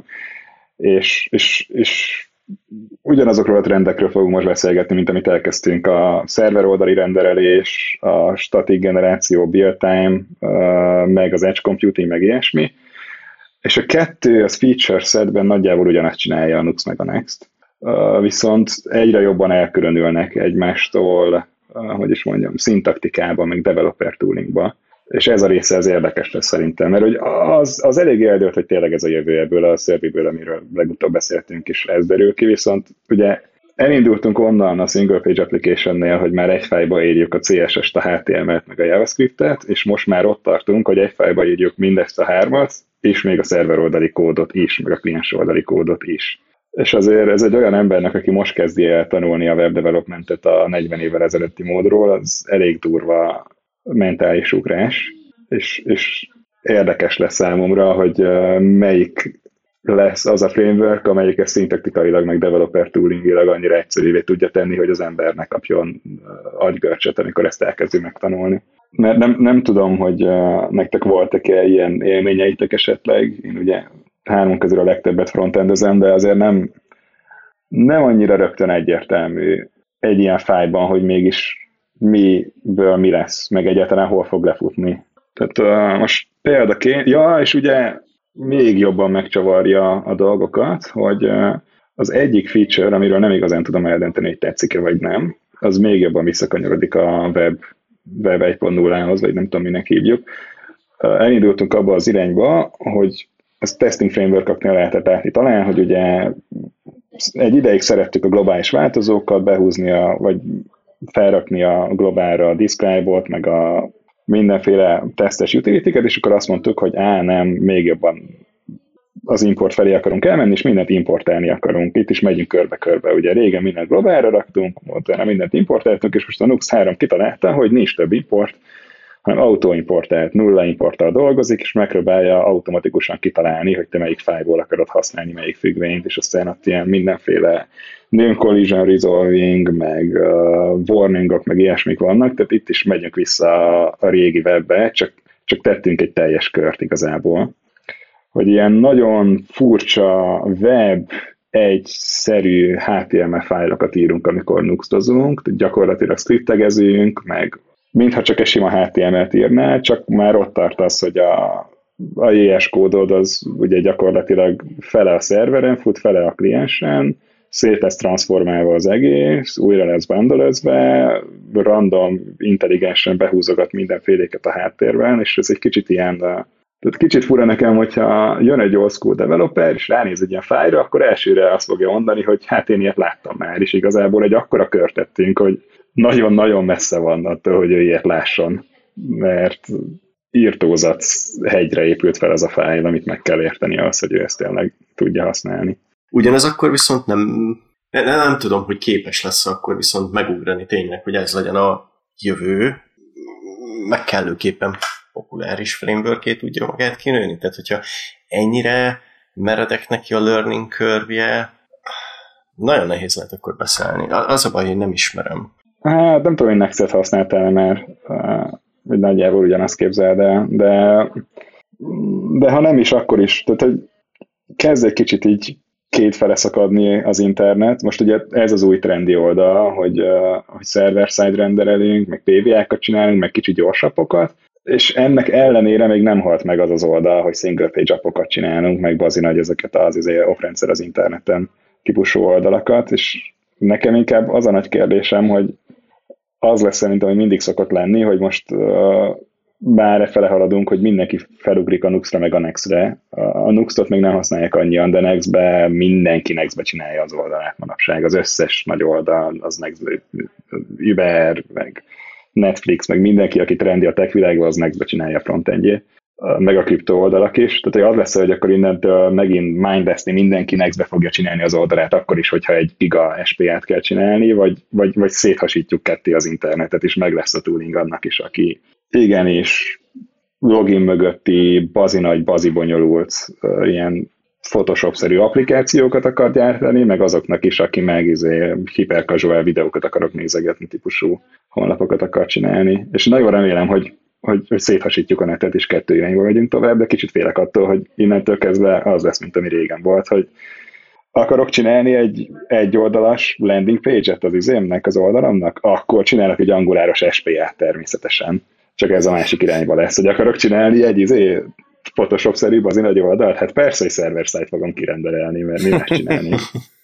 és, és, és ugyanazokról a trendekről fogunk most beszélgetni, mint amit elkezdtünk, a szerver oldali renderelés, a static generáció, build time, uh, meg az edge computing, meg ilyesmi, és a kettő az feature setben nagyjából ugyanazt csinálja a Nuxt meg a Next, uh, viszont egyre jobban elkülönülnek egymástól, uh, hogy is mondjam, szintaktikában, meg developer toolingba, és ez a része az érdekes lesz szerintem, mert hogy az, az elég eldőlt, hogy tényleg ez a jövő ebből a Survey-ből, amiről legutóbb beszéltünk, és ez derül ki, viszont ugye elindultunk onnan a single page application-nél, hogy már egy fájlba írjuk a cé es es-t, a há té em el-t, meg a JavaScript-et, és most már ott tartunk, hogy egy fájlba írjuk mindezt a hármat, és még a szerver oldali kódot is, meg a kliens oldali kódot is. És azért ez egy olyan embernek, aki most kezdi el tanulni a web developmentet a negyven évvel ezelőtti módról, az elég durva mentális ugrás, és, és érdekes lesz számomra, hogy uh, melyik lesz az a framework, amelyik ezt szintaktikailag, meg developer toolingilag annyira egyszerűvé tudja tenni, hogy az ember ne kapjon uh, agygörcsöt, amikor ezt elkezdi megtanulni. Mert nem, nem tudom, hogy uh, nektek voltak-e ilyen élményeitek esetleg, én ugye három közül a legtöbbet frontendezem, de azért nem, nem annyira rögtön egyértelmű egy ilyen fájlban, hogy mégis miből mi lesz, meg egyáltalán hol fog lefutni. Tehát uh, most példaként, ja, és ugye még jobban megcsavarja a dolgokat, hogy uh, az egyik feature, amiről nem igazán tudom eldönteni, hogy tetszik-e vagy nem, az még jobban visszakanyarodik a web, web egy pont nullához, vagy nem tudom, minek hívjuk. Uh, elindultunk abba az irányba, hogy ezt testing framework-oknál lehetett látni talán, hogy ugye egy ideig szerettük a globális változókat behúzni, a, vagy felrakni a globálra a describe-ot, meg a mindenféle tesztes utility-ket, és akkor azt mondtuk, hogy á, nem, még jobban az import felé akarunk elmenni, és mindent importálni akarunk. Itt is megyünk körbe-körbe. Ugye régen mindent globálra raktunk, utána mindent importáltunk, és most a Nuxt három kitalálta, hogy nincs több import, hanem auto-importált, nulla importtal dolgozik, és megpróbálja automatikusan kitalálni, hogy te melyik fájlból akarod használni, melyik függvényt, és aztán ott ilyen mindenféle non-collision resolving, meg uh, warningok, meg ilyesmik vannak, tehát itt is megyünk vissza a, a régi webbe, csak, csak tettünk egy teljes kört igazából. Hogy ilyen nagyon furcsa web, egyszerű há té em el fájlokat írunk, amikor nuxtozunk, gyakorlatilag scriptegezünk, meg mintha csak egy sima há té em el-t írnál, csak már ott tartasz, hogy a, a jé es kódod az ugye gyakorlatilag fele a szerveren fut, fele a kliensen, szét lesz transformálva az egész, újra lesz bundlezve, random, intelligensen behúzogat mindenféléket a háttérben, és ez egy kicsit ilyen Tehát kicsit fura nekem, hogyha jön egy old school developer, és ránéz egy ilyen fájra, akkor elsőre azt fogja mondani, hogy hát én ilyet láttam már, és igazából egy akkora kört tettünk, hogy nagyon-nagyon messze van attól, hogy ő ilyet lásson, mert írtózat hegyre épült fel az a fájl, amit meg kell érteni ahhoz, hogy ő ezt tényleg tudja használni. Ugyanez akkor viszont nem, nem, nem tudom, hogy képes lesz akkor viszont megugrani tényleg, hogy ez legyen a jövő, meg kellőképpen populáris framework-ét tudja magát kinőni. Tehát, hogyha ennyire meredek neki a learning curve-je, nagyon nehéz lehet akkor beszélni. Az a baj, hogy nem ismerem. Hát nem tudom, hogy Next-et használtál már, hogy nagyjából ugyanazt képzeld el, de, de ha nem is, akkor is. Tehát, hogy kezd egy kicsit így kétfele szakadni az internet. Most ugye ez az új trendi oldal, hogy, hogy server-side renderelünk, meg pé vé á-kat csinálunk, meg kicsit gyorsappokat, és ennek ellenére még nem halt meg az az oldal, hogy single page appokat csinálunk, meg bazi nagy ezeket az, az off-rendszer az interneten típusú oldalakat, és nekem inkább az a nagy kérdésem, hogy az lesz szerintem, hogy mindig szokott lenni, hogy most uh, bár e fele haladunk, hogy mindenki felugrik a Nuxt-ra meg a Next-re. A Nuxt-ot még nem használják annyian, de Next-be mindenki Next-be csinálja az oldalát manapság. Az összes nagy oldal, az Next, Uber, meg Netflix, meg mindenki, aki trendi a tech világban, az Next-be csinálja a frontendjét. Meg a kriptó oldalak is. Tehát az lesz, hogy akkor innentől megint mindlessni mindenki Next-be fogja csinálni az oldalát, akkor is, hogyha egy giga es pé á-t kell csinálni, vagy, vagy, vagy széthasítjuk ketté az internetet, és meg lesz a tooling annak is, aki igenis login mögötti bazi nagy, bazi bonyolult uh, ilyen Photoshop-szerű applikációkat akar gyártani, meg azoknak is, aki meg izé, hiper-casual videókat akarok nézegetni, típusú honlapokat akar csinálni. És nagyon remélem, hogy Hogy, hogy széthasítjuk a netet, és kettő irányba megyünk tovább, de kicsit félek attól, hogy innentől kezdve az lesz, mint ami régen volt, hogy akarok csinálni egy egy oldalas landing page-et az izémnek, az oldalamnak, akkor csinálok egy anguláros es pé á-t természetesen. Csak ez a másik irányba lesz, hogy akarok csinálni egy izé Photoshop-szerű az nagy oldalt, hát persze, hogy server-side fogom kirenderelni, mert mi más csinálni.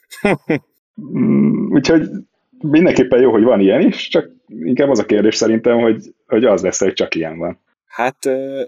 Úgyhogy mindenképpen jó, hogy van ilyen is, csak inkább az a kérdés szerintem, hogy, hogy az lesz, hogy csak ilyen van. Hát ö,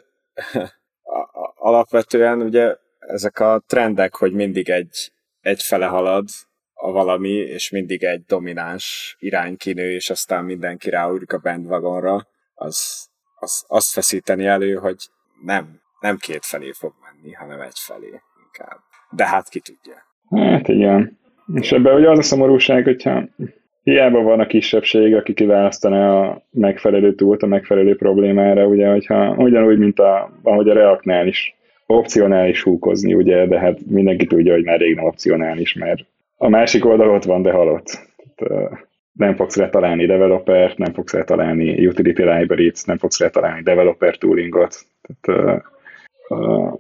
alapvetően ugye ezek a trendek, hogy mindig egy, egy fele halad a valami, és mindig egy domináns irány kinő, és aztán mindenki ráugrik a bandwagonra, az, az azt feszíteni elő, hogy nem, nem két felé fog menni, hanem egy felé inkább. De hát ki tudja. Hát igen. És ebben ugye az a szomorúság, hogyha hiába van a kisebbség, aki kiválasztaná a megfelelő túlt a megfelelő problémára, ugye, hogyha ugyanúgy, mint a, ahogy a Reactnál is opcionális húkozni, ugye, de hát mindenki tudja, hogy már rég nem opcionális, mert a másik oldal ott van, de halott. Tehát, nem fogsz rá találni developert, nem fogsz rá találni utility library-t, nem fogsz rá találni developer toolingot. Tehát, uh,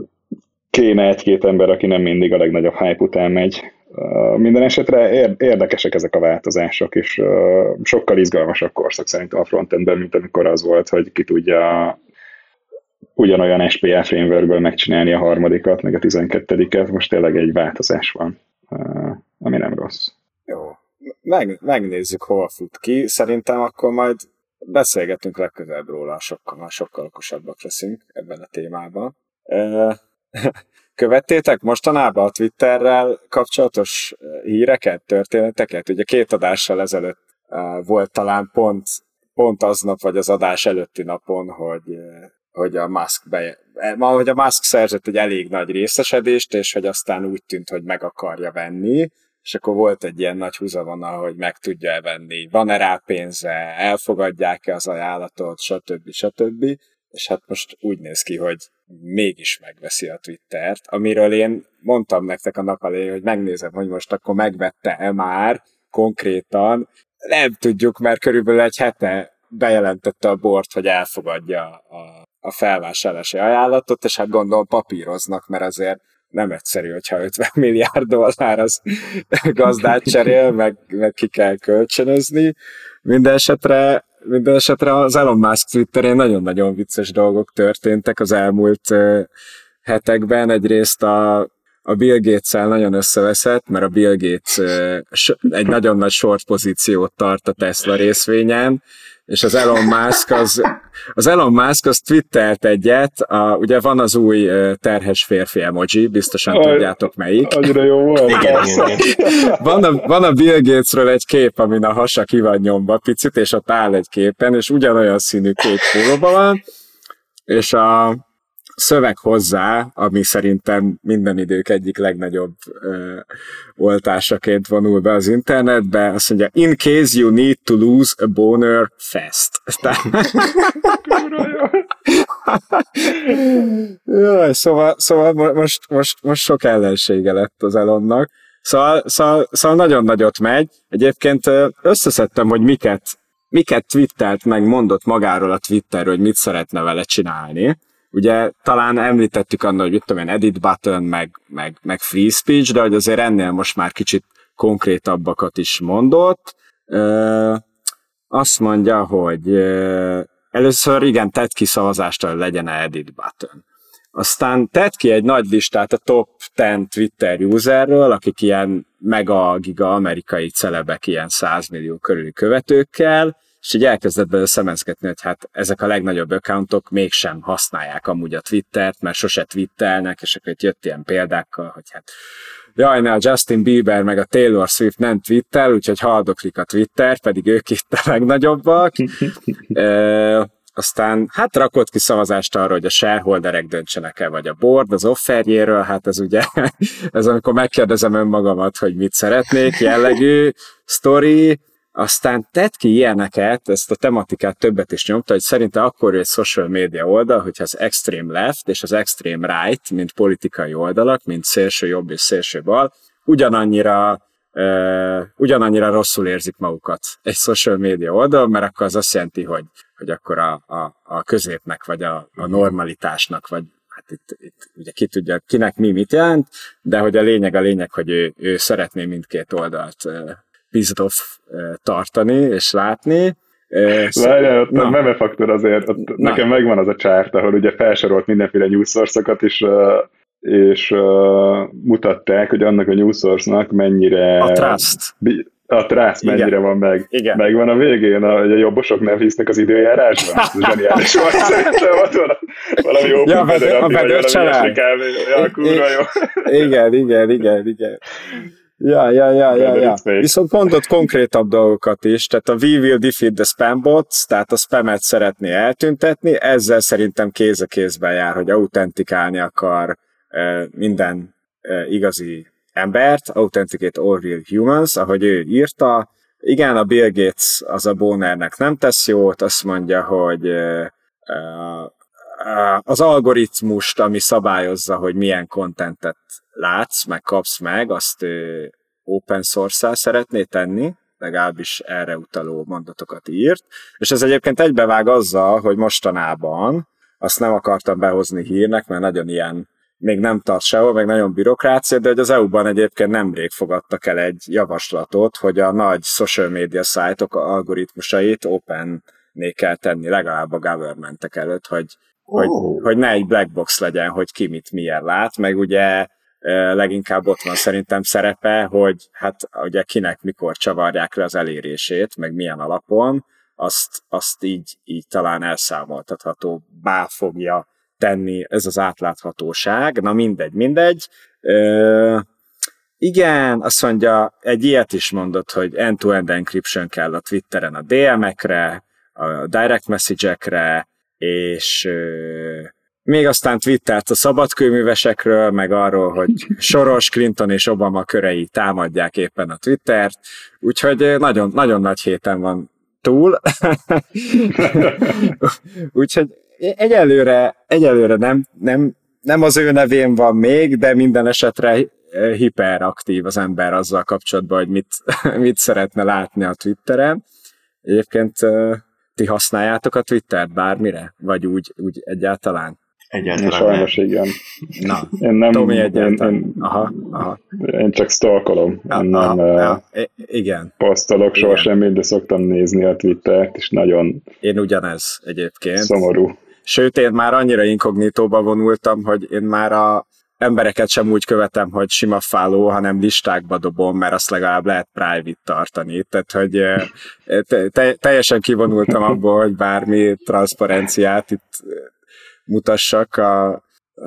kéne egy-két ember, aki nem mindig a legnagyobb hype után megy. Uh, minden esetre érdekesek ezek a változások, és uh, sokkal izgalmasabb korszak szerintem a frontendben, mint amikor az volt, hogy ki tudja ugyanolyan es pé á frameworkből megcsinálni a harmadikat, meg a tizenkettediket. Most tényleg egy változás van, uh, ami nem rossz. Jó. Meg, megnézzük, hol fut ki. Szerintem akkor majd beszélgetünk legközelebb róla, sokkal, sokkal okosabbak leszünk ebben a témában. Uh, Követtétek mostanában a Twitterrel kapcsolatos híreket, történeteket? Ugye két adással ezelőtt uh, volt talán pont, pont aznap, vagy az adás előtti napon, hogy, uh, hogy, a Musk be, hogy a Musk szerzett egy elég nagy részesedést, és hogy aztán úgy tűnt, hogy meg akarja venni, és akkor volt egy ilyen nagy húzavona, hogy meg tudja-e venni, van-e rá pénze, elfogadják-e az ajánlatot, stb. stb. És hát most úgy néz ki, hogy mégis megveszi a Twittert, amiről én mondtam nektek a nap elején, hogy megnézem, hogy most akkor megvette-e már konkrétan. Nem tudjuk, mert körülbelül egy hete bejelentette a board, hogy elfogadja a, a felvásárlási ajánlatot, és hát gondolom papíroznak, mert azért nem egyszerű, hogyha ötven milliárd dollár az gazdát cserél, meg, meg ki kell kölcsönözni. Minden esetre Minden esetre az Elon Musk Twitterén nagyon-nagyon vicces dolgok történtek az elmúlt uh, hetekben. Egyrészt a, a Bill Gates-el nagyon összeveszett, mert a Bill Gates uh, egy nagyon nagy short pozíciót tart a Tesla részvényen, és az Elon Musk az, az Elon Musk az twittert egyet, a, ugye van az új terhes férfi emoji, biztosan Aj, tudjátok melyik. Annyira jó volt. Igen, igen, igen. Van, a, van a Bill Gatesről egy kép, amin a hasa ki van nyomva picit, és ott áll egy képen, és ugyanolyan színű kék pólóban van, és a szöveg hozzá, ami szerintem minden idők egyik legnagyobb ö, oltásaként vonul be az internetbe, azt mondja, in case you need to lose a boner fast. Jaj, szóval, szóval most, most, most sok ellensége lett az Elonnak. Szóval, szóval, szóval nagyon nagyot megy. Egyébként összeszedtem, hogy miket, miket twittert, meg mondott magáról a Twitterről, hogy mit szeretne vele csinálni. Ugye talán említettük annak, hogy mit tudom én, edit button, meg, meg, meg free speech, de hogy azért ennél most már kicsit konkrétabbakat is mondott. Ö, azt mondja, hogy ö, először igen, tett ki szavazást, hogy legyen edit button. Aztán tett ki egy nagy listát a top tíz Twitter userről, akik ilyen mega giga amerikai celebek, ilyen száz millió körüli követőkkel, és így elkezdett belőle szemezgetni, hogy hát ezek a legnagyobb accountok mégsem használják amúgy a Twittert, mert sose twittelnek, és akkor itt jött ilyen példákkal, hogy hát jaj, ne, a Justin Bieber meg a Taylor Swift nem twittel, úgyhogy haldoklik a Twitter, pedig ők itt a legnagyobbak. e, aztán hát rakott ki szavazást arra, hogy a shareholderek döntsenek-e, vagy a board az offerjéről, hát ez ugye, ez amikor megkérdezem önmagamat, hogy mit szeretnék, jellegű sztori. Aztán tett ki ilyeneket, ezt a tematikát többet is nyomta, hogy szerinte akkor egy social media oldal, hogyha az extreme left és az extreme right, mint politikai oldalak, mint szélső jobb és szélső bal, ugyanannyira, uh, ugyanannyira rosszul érzik magukat egy social media oldal, mert akkor az azt jelenti, hogy, hogy akkor a, a, a középnek, vagy a, a normalitásnak, vagy hát itt, itt ugye ki tudja, kinek mi mit jelent, de hogy a lényeg a lényeg, hogy ő, ő szeretné mindkét oldalt uh, pissed off tartani és látni. Várjál, ott a meme faktor azért, ott nekem megvan az a csárt, ahol ugye felsorolt mindenféle news source-okat, és, és uh, mutatták, hogy annak a news source-nak mennyire... A trust. A trust mennyire Igen. van meg. Igen. Megvan a végén, hogy a jobbosok nem hisznek az időjárásban. Ez zseniális volt, szerintem ott van valami jó ja, bedő, a bedőrcsalád. Ja, kurva jó. Igen, igen, igen, igen. Ja, ja, ja, ja, ja. Viszont mondott konkrétabb dolgokat is, tehát a we will defeat the spam bots, tehát a spamet szeretné eltüntetni, ezzel szerintem kéz a kézben jár, hogy autentikálni akar uh, minden uh, igazi embert, authenticate all real humans, ahogy ő írta. Igen, a Bill Gates az a bonernek nem tesz jót, azt mondja, hogy uh, uh, az algoritmust, ami szabályozza, hogy milyen contentet látsz, meg kapsz meg, azt ő open source-szal szeretné tenni, legalábbis erre utaló mondatokat írt, és ez egyébként egybevág azzal, hogy mostanában azt nem akartam behozni hírnek, mert nagyon ilyen, még nem tart sehol, meg nagyon bürokrácia, de hogy az é u-ban egyébként nemrég fogadtak el egy javaslatot, hogy a nagy social media szájtok algoritmusait open-né kell tenni, legalább a governmentek előtt, hogy Hogy, oh. hogy ne egy black box legyen, hogy ki mit milyen lát, meg ugye leginkább ott van szerintem szerepe, hogy hát ugye kinek mikor csavarják le az elérését, meg milyen alapon, azt, azt így, így talán elszámoltatható bá fogja tenni ez az átláthatóság. Na mindegy, mindegy. Ö, igen, azt mondja, egy ilyet is mondott, hogy end-to-end encryption kell a Twitteren a dé em-ekre, a direct message-ekre, és euh, még aztán twittert a szabadkőművesekről, meg arról, hogy Soros, Clinton és Obama körei támadják éppen a Twittert, úgyhogy nagyon, nagyon nagy héten van túl. Úgyhogy egyelőre, egyelőre nem, nem, nem az ő nevén van még, de minden esetre hiperaktív az ember azzal kapcsolatban, hogy mit, mit szeretne látni a Twitteren. Egyébként ti használjátok a Twittert bármire? Vagy úgy, úgy egyáltalán? Egyáltalán sajnos nem. Igen. Na, én nem, Tomi egyáltalán. Én, én, aha, aha. én csak stalkolom. Ja, én aha, nem ja, igen. posztolok soha semmit, de szoktam nézni a Twittert, és nagyon én ugyanez egyébként. Szomorú. Sőt, én már annyira inkognitóba vonultam, hogy én már a embereket sem úgy követem, hogy sima follow, hanem listákba dobom, mert azt legalább lehet private tartani. Tehát, hogy te, te, teljesen kivonultam abból, hogy bármi transzparenciát itt mutassak a,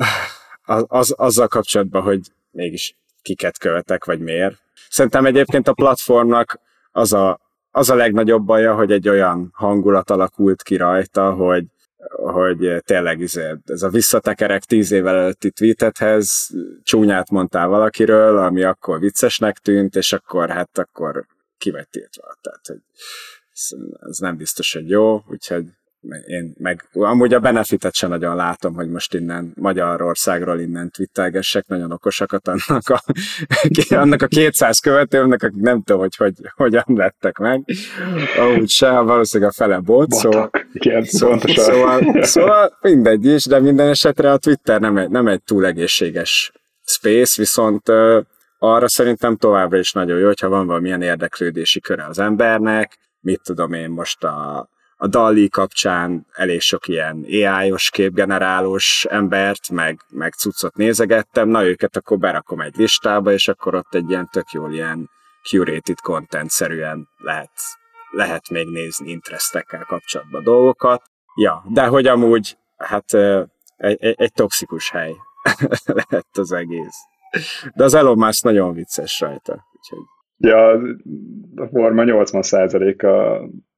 az, azzal kapcsolatban, hogy mégis kiket követek, vagy miért. Szerintem egyébként a platformnak az a, az a legnagyobb baja, hogy egy olyan hangulat alakult ki rajta, hogy hogy tényleg ez a visszatekerek tíz évvel előtti tweetethez csúnyát mondtál valakiről, ami akkor viccesnek tűnt, és akkor hát akkor ki vagy tiltva. Tehát, hogy ez, ez nem biztos, hogy jó, úgyhogy én meg amúgy a benefitet sem nagyon látom, hogy most innen Magyarországról innen twittelgessek nagyon okosakat annak a, annak a kétszáz követőmnek, akik nem tudom, hogy, hogy hogyan lettek meg. Amúgy se, valószínűleg a fele bot, szóval, igen, szóval, szóval, szóval mindegy is, de minden esetre a Twitter nem egy, nem egy túl egészséges space, viszont uh, arra szerintem továbbra is nagyon jó, hogyha van valamilyen érdeklődési köre az embernek, mit tudom én most a A DALL-E kapcsán elég sok ilyen á í-os képgenerálós embert, meg, meg cuccot nézegettem, na őket akkor berakom egy listába, és akkor ott egy ilyen tök jól ilyen curated content-szerűen lehet, lehet még nézni interestekkel kapcsolatban dolgokat. Ja, de hogy amúgy, hát egy, egy, egy toxikus hely lehet az egész. De az Elon Musk nagyon vicces rajta. Úgyhogy... Ja, a forma nyolcvan százaléka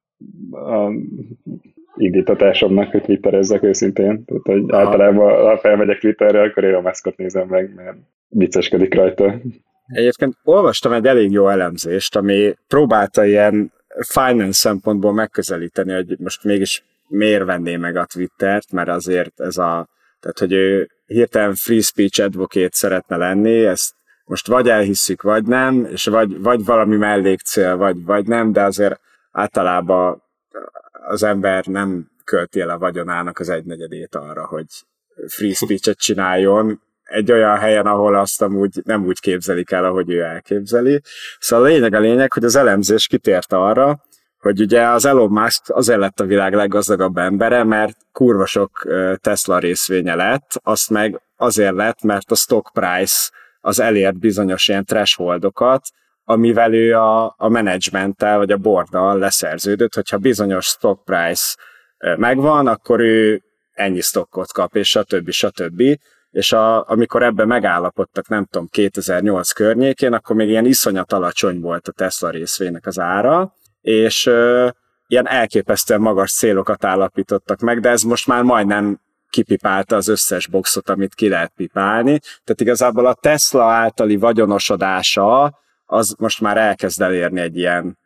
a indítatásomnak, hogy twitterezzek őszintén. Tehát, hogy általában, ha felmegyek Twitterre, akkor én a Muskot nézem meg, mert vicceskedik rajta. Egyébként olvastam egy elég jó elemzést, ami próbálta ilyen finance szempontból megközelíteni, hogy most mégis miért venné meg a Twittert, mert azért ez a, tehát hogy ő hirtelen free speech advocate szeretne lenni, ezt most vagy elhisszük, vagy nem, és vagy, vagy valami mellékcél, vagy, vagy nem, de azért általában az ember nem költi el a vagyonának az egynegyedét arra, hogy free speech-et csináljon egy olyan helyen, ahol azt amúgy nem úgy képzelik el, ahogy ő elképzeli. Szóval a lényeg a lényeg, hogy az elemzés kitért arra, hogy ugye az Elon Musk azért lett a világ leggazdagabb embere, mert kurva sok Tesla részvénye lett, azt meg azért lett, mert a stock price az elért bizonyos ilyen thresholdokat, amivel ő a, a menedzsmenttel vagy a boarddal leszerződött, hogyha bizonyos stock price megvan, akkor ő ennyi stockot kap, és stb. stb. És a, amikor ebben megállapodtak, nem tudom, kétezer-nyolc környékén, akkor még ilyen iszonyat alacsony volt a Tesla részvénynek az ára, és ö, ilyen elképesztően magas célokat állapítottak meg, de ez most már majdnem kipipálta az összes boxot, amit ki lehet pipálni. Tehát igazából a Tesla általi vagyonosodása az most már elkezd elérni egy ilyen,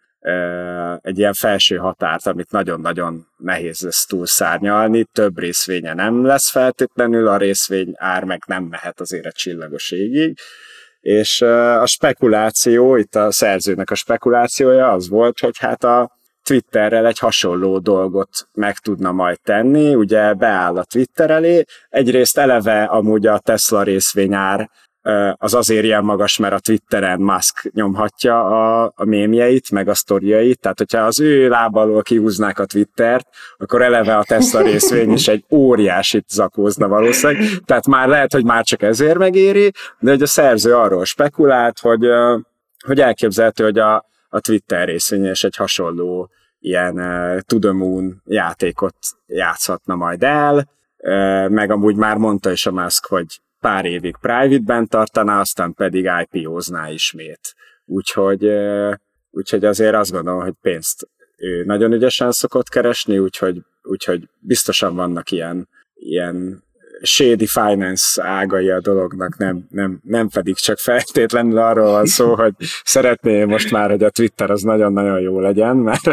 egy ilyen felső határt, amit nagyon-nagyon nehéz lesz túlszárnyalni, több részvénye nem lesz feltétlenül, a részvény ár meg nem mehet azért a csillagos égig, és a spekuláció, itt a szerzőnek a spekulációja az volt, hogy hát a Twitterrel egy hasonló dolgot meg tudna majd tenni, ugye beáll a Twitter elé, egyrészt eleve amúgy a Tesla részvényár az azért ilyen magas, mert a Twitteren Musk nyomhatja a, a mémjeit, meg a sztoriait, tehát hogyha az ő lába alól kihúznák a Twittert, akkor eleve a Tesla részvény is egy óriásit zakózna valószínűleg, tehát már lehet, hogy már csak ezért megéri, de hogy a szerző arról spekulált, hogy, hogy elképzelhető, hogy a, a Twitter részvény is egy hasonló ilyen uh, to the moon játékot játszhatna majd el, uh, meg amúgy már mondta is a Musk, hogy pár évig private-ben tartaná, aztán pedig i pé ó-zná ismét. Úgyhogy, uh, úgyhogy azért azt gondolom, hogy pénzt ő nagyon ügyesen szokott keresni, úgyhogy, úgyhogy biztosan vannak ilyen, ilyen shady finance ágai a dolognak, nem, nem, nem pedig csak feltétlenül arról van szó, hogy szeretné most már, hogy a Twitter az nagyon-nagyon jó legyen, mert,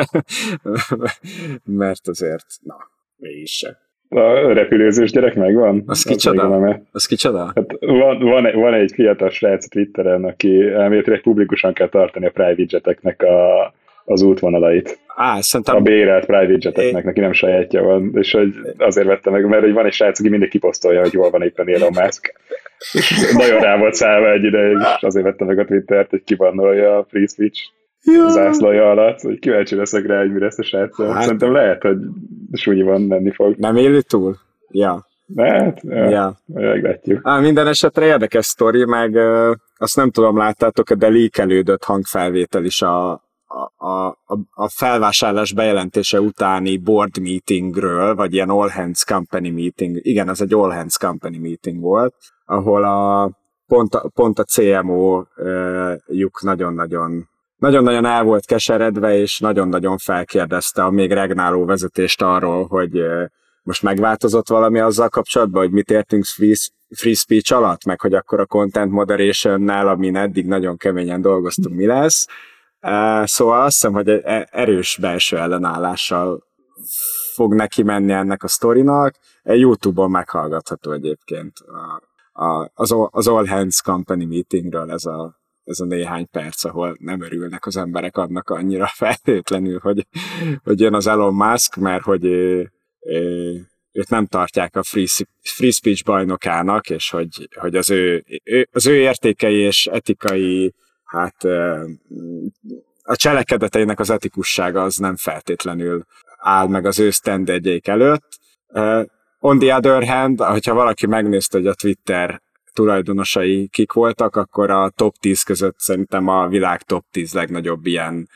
mert azért, na, mégis se. A repülőzős gyerek megvan? Az kicsoda? Az kicsoda? Hát van, van, van egy fiatal srác Twitteren, aki elméletileg publikusan kell tartani a private jeteknek a, az útvonalait. Á, szerintem... A bérelt private jeteknek, neki nem sajátja van, és hogy azért vettem meg, mert van egy srác, aki mindig kiposztolja, hogy hol van éppen Elon Musk. Nagyon rá volt szállva egy ideig, és azért vettem meg a Twittert, hogy kibannolja a free speech ja. zászlója alatt, hogy kíváncsi leszek rá, hogy mire ezt a srác. Hát... Szerintem lehet, hogy súlyiban menni fog. Nem éli túl? Ja. De hát, ja, meglátjuk. Á, minden esetre érdekes sztori, meg ö, azt nem tudom, láttátok, de leakelődött hangfelvétel is a, a, a, a felvásárlás bejelentése utáni board meetingről, vagy ilyen all hands company meeting. Igen, ez egy all hands company meeting volt, ahol a, pont, a, pont a cé em ó-juk nagyon-nagyon nagyon-nagyon el volt keseredve, és nagyon-nagyon felkérdezte a még regnáló vezetést arról, hogy most megváltozott valami azzal kapcsolatban, hogy mit értünk free, free speech alatt, meg hogy akkor a content moderation-nál, amin eddig nagyon keményen dolgoztunk, mi lesz. Szóval azt hiszem, hogy erős belső ellenállással fog neki menni ennek a sztorinak. YouTube-on meghallgatható egyébként az All Hands Company meetingről ez a ez a néhány perc, ahol nem örülnek az emberek annak annyira feltétlenül, hogy, hogy jön az Elon Musk, mert hogy ő, ő, őt nem tartják a free, free speech bajnokának, és hogy, hogy az, ő, az ő értékei és etikai, hát a cselekedeteinek az etikussága az nem feltétlenül áll meg az ő standardjeik előtt. On the other hand, hogyha valaki megnézte, hogy a Twitter tulajdonosai kik voltak, akkor a top tíz között szerintem a világ top tíz legnagyobb ilyen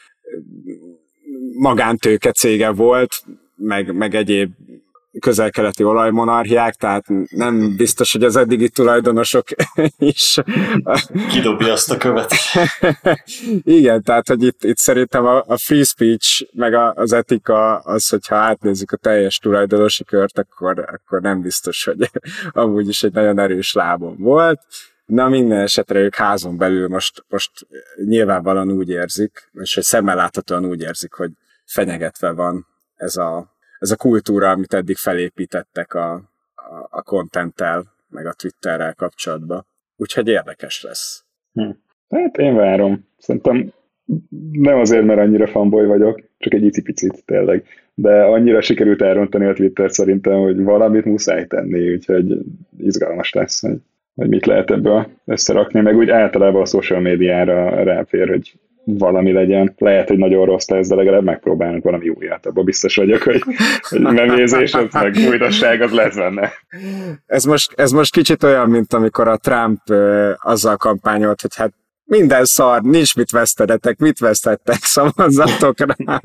magántőke cége volt, meg, meg egyéb közel-keleti olajmonarchiák, tehát nem biztos, hogy az eddigi tulajdonosok is... Kidobja azt a követ. Igen, tehát, hogy itt, itt szerintem a, a free speech, meg a, az etika az, hogyha átnézzük a teljes tulajdonosi kört, akkor, akkor nem biztos, hogy amúgy is egy nagyon erős lábon volt. Na, minden esetre ők házon belül most, most nyilvánvalóan úgy érzik, és hogy szemmel láthatóan úgy érzik, hogy fenyegetve van ez a ez a kultúra, amit eddig felépítettek a, a, a contenttel, meg a Twitterrel kapcsolatban. Úgyhogy érdekes lesz. Hm. Hát én várom. Szerintem nem azért, mert annyira fanboy vagyok, csak egy icipicit tényleg. De annyira sikerült elrontani a Twitter szerintem, hogy valamit muszáj tenni, úgyhogy izgalmas lesz, hogy, hogy mit lehet ebből összerakni, meg úgy általában a social médiára ráfér, hogy valami legyen. Lehet, hogy nagyon rossz lesz, de legalább megpróbálnak valami újat. Abban biztos vagyok, hogy, hogy memézés, az meg újdonság, az lesz benne. Ez most, ez most kicsit olyan, mint amikor a Trump uh, azzal kampányolt, hogy hát minden szar, nincs mit vesztedetek, mit vesztettek, szavazzatok rám.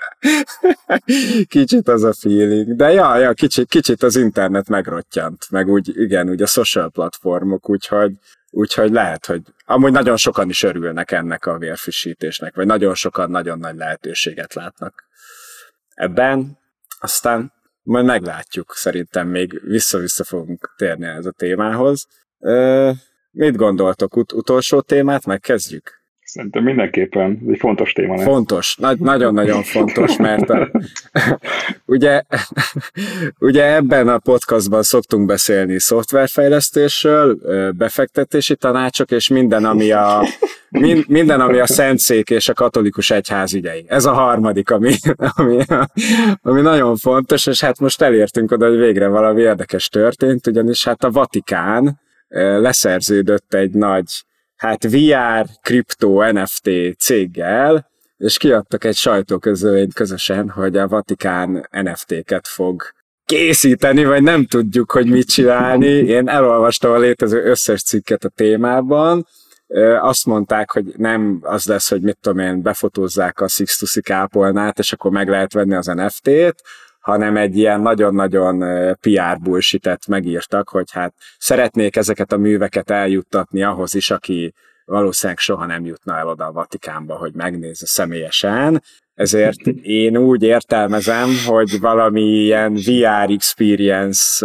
Kicsit az a feeling. De ja, ja kicsit, kicsit az internet megrottyant, meg úgy, igen, úgy a social platformok, úgyhogy Úgyhogy lehet, hogy amúgy nagyon sokan is örülnek ennek a vérfrissítésnek, vagy nagyon sokan nagyon nagy lehetőséget látnak ebben. Aztán majd meglátjuk, szerintem még vissza-vissza fogunk térni ez a témához. Ö, mit gondoltok? Ut- utolsó témát megkezdjük? Szerintem mindenképpen egy fontos téma lesz. Fontos, Nagy, nagyon-nagyon fontos, mert a, ugye, ugye ebben a podcastban szoktunk beszélni szoftverfejlesztésről, befektetési tanácsok, és minden, ami a, mind, minden, ami a Szentszék és a katolikus egyház ügyei. Ez a harmadik, ami, ami, ami nagyon fontos, és hát most elértünk oda, hogy végre valami érdekes történt, ugyanis hát a Vatikán leszerződött egy nagy hát vé er, kriptó, en ef té céggel, és kiadtak egy sajtóközleményt közösen, hogy a Vatikán en ef té-ket fog készíteni, vagy nem tudjuk, hogy mit csinálni. Én elolvastam a létező összes cikket a témában, azt mondták, hogy nem az lesz, hogy mit tudom én, befotózzák a Sixtusi kápolnát, és akkor meg lehet venni az en ef té-t, hanem egy ilyen nagyon-nagyon pé er bullshit-et megírtak, hogy hát szeretnék ezeket a műveket eljuttatni ahhoz is, aki valószínűleg soha nem jutna el oda a Vatikánba, hogy megnézze személyesen. Ezért én úgy értelmezem, hogy valami ilyen vé er experience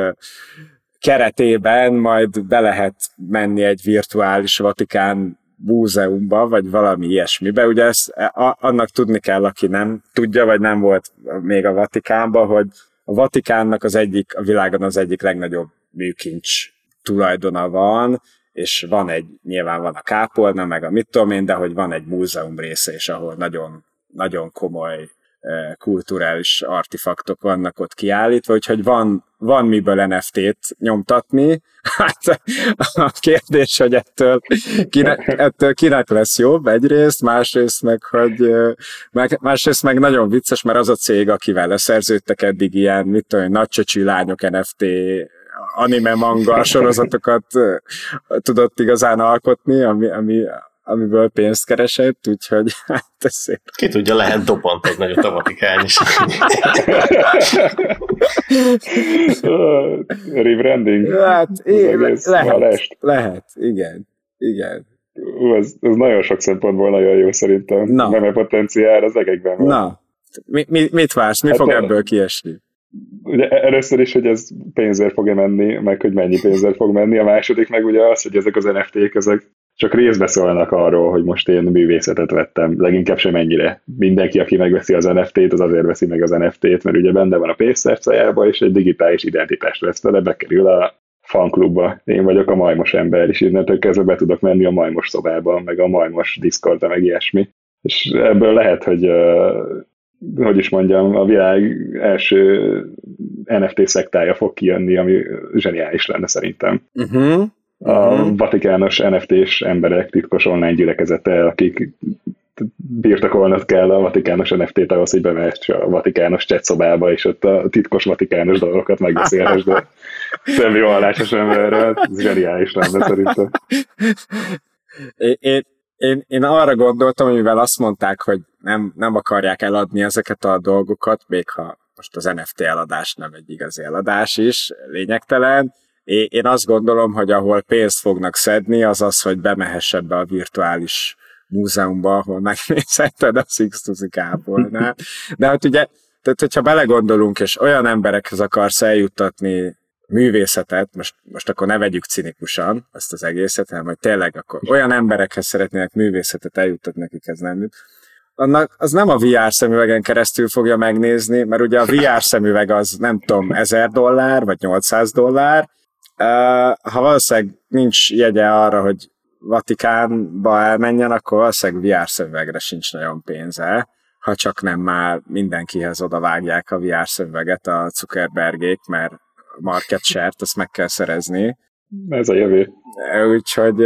keretében majd be lehet menni egy virtuális Vatikán múzeumba, vagy valami ilyesmibe. Ugye ezt a, annak tudni kell, aki nem tudja, vagy nem volt még a Vatikánban, hogy a Vatikánnak az egyik, a világon az egyik legnagyobb műkincs tulajdona van, és van egy, nyilván van a kápolna, meg a mit tudom én, de hogy van egy múzeum része is, ahol nagyon, nagyon komoly kulturális artefaktok vannak ott kiállítva, úgyhogy van, van miből en ef té-t nyomtatni. Hát a kérdés, hogy ettől kinek, ettől kinek lesz jobb egyrészt, másrészt meg, hogy meg, másrészt meg nagyon vicces, mert az a cég, akivel leszerződtek eddig ilyen, mit tudom, nagycsöcsű lányok en ef té, anime manga sorozatokat tudott igazán alkotni, ami, ami amiből pénzt keresett, úgyhogy hát ez szép. Ki tudja, lehet dobant egy nagyot a Vatikán is. Rebranding. Hát, én, lehet, lehet, igen, igen. Ú, ez, ez nagyon sok szempontból nagyon jó szerintem. Na. Nem a potenciál az egekben van. Na, mi, mi, mit vársz? Mi hát fog a... ebből kiesni? Ugye először is, hogy ez pénzért fog-e menni, meg hogy mennyi pénzért fog menni. A második meg ugye az, hogy ezek az en ef té-k, ezek csak részbe szólnak arról, hogy most én művészetet vettem, leginkább sem ennyire. Mindenki, aki megveszi az en ef té-t, az azért veszi meg az en ef té-t, mert ugye benne van a pénztárcájába, és egy digitális identitást vesz vele, bekerül a fanklubba. Én vagyok a majmos ember, és innentől kezdve be tudok menni a majmos szobába, meg a majmos Discordra, meg ilyesmi. És ebből lehet, hogy hogy is mondjam, a világ első en ef té szektája fog kijönni, ami zseniális lenne szerintem. Uh-huh. A uh-huh. vatikános en ef té-s emberek titkos online gyülekezete, akik birtokolnod kell a vatikános en ef té-t ahhoz, hogy bemehetsz a vatikános chatszobába, és ott a titkos vatikános dolgokat megbeszélhessd a semmi vallásos emberrel. Ez zseniális lenne szerintem. Én, én, én, én arra gondoltam, mivel azt mondták, hogy nem, nem akarják eladni ezeket a dolgokat, még ha most az en ef té eladás nem egy igazi eladás is, lényegtelen. Én azt gondolom, hogy ahol pénzt fognak szedni, az az, hogy bemehess ebbe a virtuális múzeumba, ahol megnézheted a Sixtusi kápolnát. De hát ugye, tehát hogyha belegondolunk, és olyan emberekhez akarsz eljuttatni művészetet, most, most akkor ne vegyük cinikusan ezt az egészet, hanem hogy tényleg akkor olyan emberekhez szeretnének művészetet eljuttatni, nekik ez nem jut. Annak az nem a vé er szemüvegen keresztül fogja megnézni, mert ugye a vé er szemüveg az nem tudom, ezer dollár, vagy nyolcszáz dollár. Ha valószínűleg nincs jegye arra, hogy Vatikánba elmenjen, akkor valószínűleg vé er szemüvegre sincs nagyon pénze, ha csak nem már mindenkihez odavágják a vé er szemüveget a Zuckerbergék, mert market share-t azt meg kell szerezni. Ez a jövő. Úgyhogy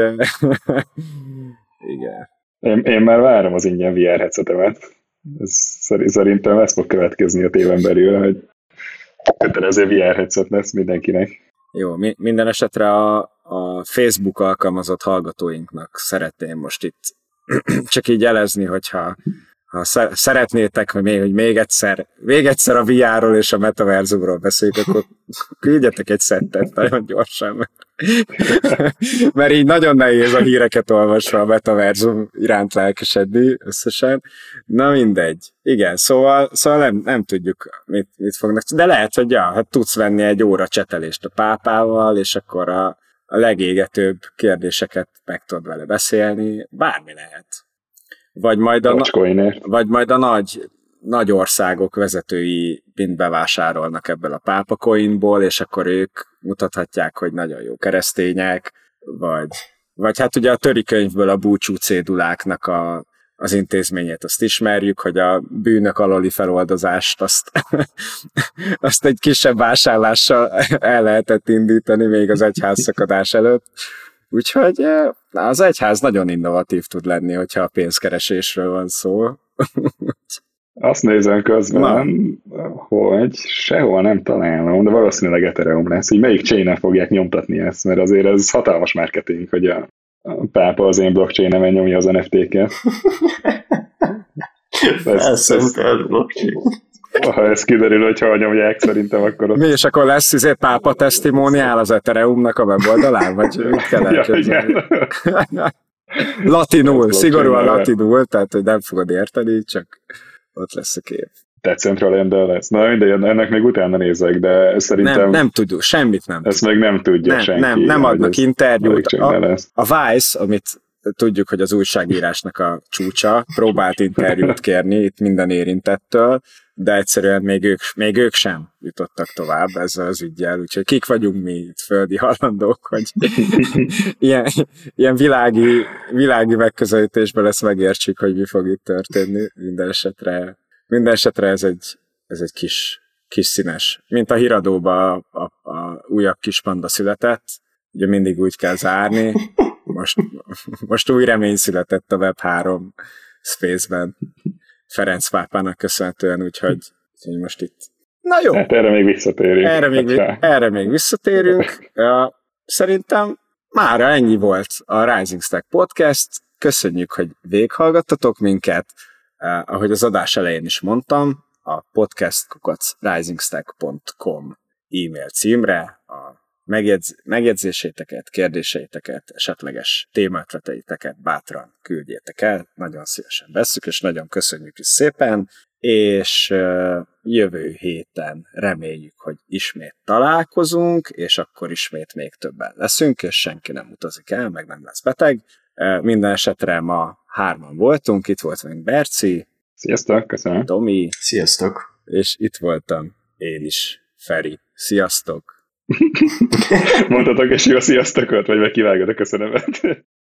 igen. Én, én már várom az ingyen vé er headsetemet. Ez, szerintem ez fog következni a téven belül, hogy kötelező vé er headset lesz mindenkinek. Jó, mi, minden esetre a, a Facebook alkalmazott hallgatóinknak szeretném most itt csak így jelezni, hogyha ha szeretnétek, hogy még, hogy még egyszer, még egyszer a vé er-ről és a metaverzumról beszéljük, akkor küldjetek egy szettet nagyon gyorsan. Mert így nagyon nehéz a híreket olvasva a metaverzum iránt lelkesedni összesen. Na mindegy. Igen, szóval, szóval nem, nem tudjuk, mit, mit fognak. De lehet, hogy ja, hát tudsz venni egy óra csetelést a pápával, és akkor a, a legégetőbb kérdéseket meg tudod vele beszélni. Bármi lehet. Vagy majd a, vagy majd a nagy, nagy országok vezetői mind bevásárolnak ebből a pápa coinból, és akkor ők mutathatják, hogy nagyon jó keresztények, vagy, vagy hát ugye a törikönyvből a búcsú céduláknak a, az intézményét azt ismerjük, hogy a bűnök aloli feloldozást azt, azt egy kisebb vásárlással el lehetett indítani még az egyház szakadás előtt. Úgyhogy az egyház nagyon innovatív tud lenni, hogyha a pénzkeresésről van szó. Azt nézem közben, Na. hogy sehol nem találom, de valószínűleg Ethereum lesz. Így melyik chainen fogják nyomtatni ezt, mert azért ez hatalmas marketing, hogy a, a pápa az én blockchain-emen nyomja az en ef té-ket. Elszöntelt blockchain. Ha ez kiderül, hogy hol nyomják, szerintem akkor... Ott... Mi, és akkor lesz izé pápa testimoniál az Ethereumnak a weboldalán? Vagy mit kell elképzelni? Latinul, szigorúan latinul, tehát hogy nem fogod érteni, csak ott lesz a kép. Decentraland lesz. Na mindegy, ennek még utána nézek, de szerintem... Nem, nem tudjuk, semmit nem Ezt meg nem tudja nem, senki. Nem, nem adnak interjút. A, a Vice, amit tudjuk, hogy az újságírásnak a csúcsa, próbált interjút kérni itt minden érintettől, de egyszerűen még ők, még ők sem jutottak tovább ezzel az üggyel, úgyhogy kik vagyunk mi itt földi hallandók, hogy ilyen, ilyen világi, világi megközelítésben lesz megértsük, hogy mi fog itt történni. Minden esetre minden esetre ez egy, ez egy kis, kis színes. Mint a híradóban a, a, a újabb kis panda született, ugye mindig úgy kell zárni. Most, most új remény született a web három Space-ben. Ferenc pápának köszönhetően, úgyhogy, úgyhogy most itt... Na jó! Hát erre még visszatérünk. Erre még, erre még visszatérünk. Szerintem mára ennyi volt a Rising Stack Podcast. Köszönjük, hogy végighallgattatok minket. Ahogy az adás elején is mondtam, a podcast kukac risingstack pont com e-mail címre a megjegyz, megjegyzéseiteket, kérdéseiteket, esetleges témaötleteiteket bátran küldjétek el. Nagyon szívesen vesszük, és nagyon köszönjük is szépen. És uh, jövő héten reméljük, hogy ismét találkozunk, és akkor ismét még többen leszünk, és senki nem utazik el, meg nem lesz beteg. Uh, minden esetre ma hárman voltunk, itt volt még Berci. Sziasztok, köszönöm. Tomi. Sziasztok. És itt voltam én is, Feri. Sziasztok. Mondhatok egy jó sziasztokot, vagy meg kivágod a köszönemet.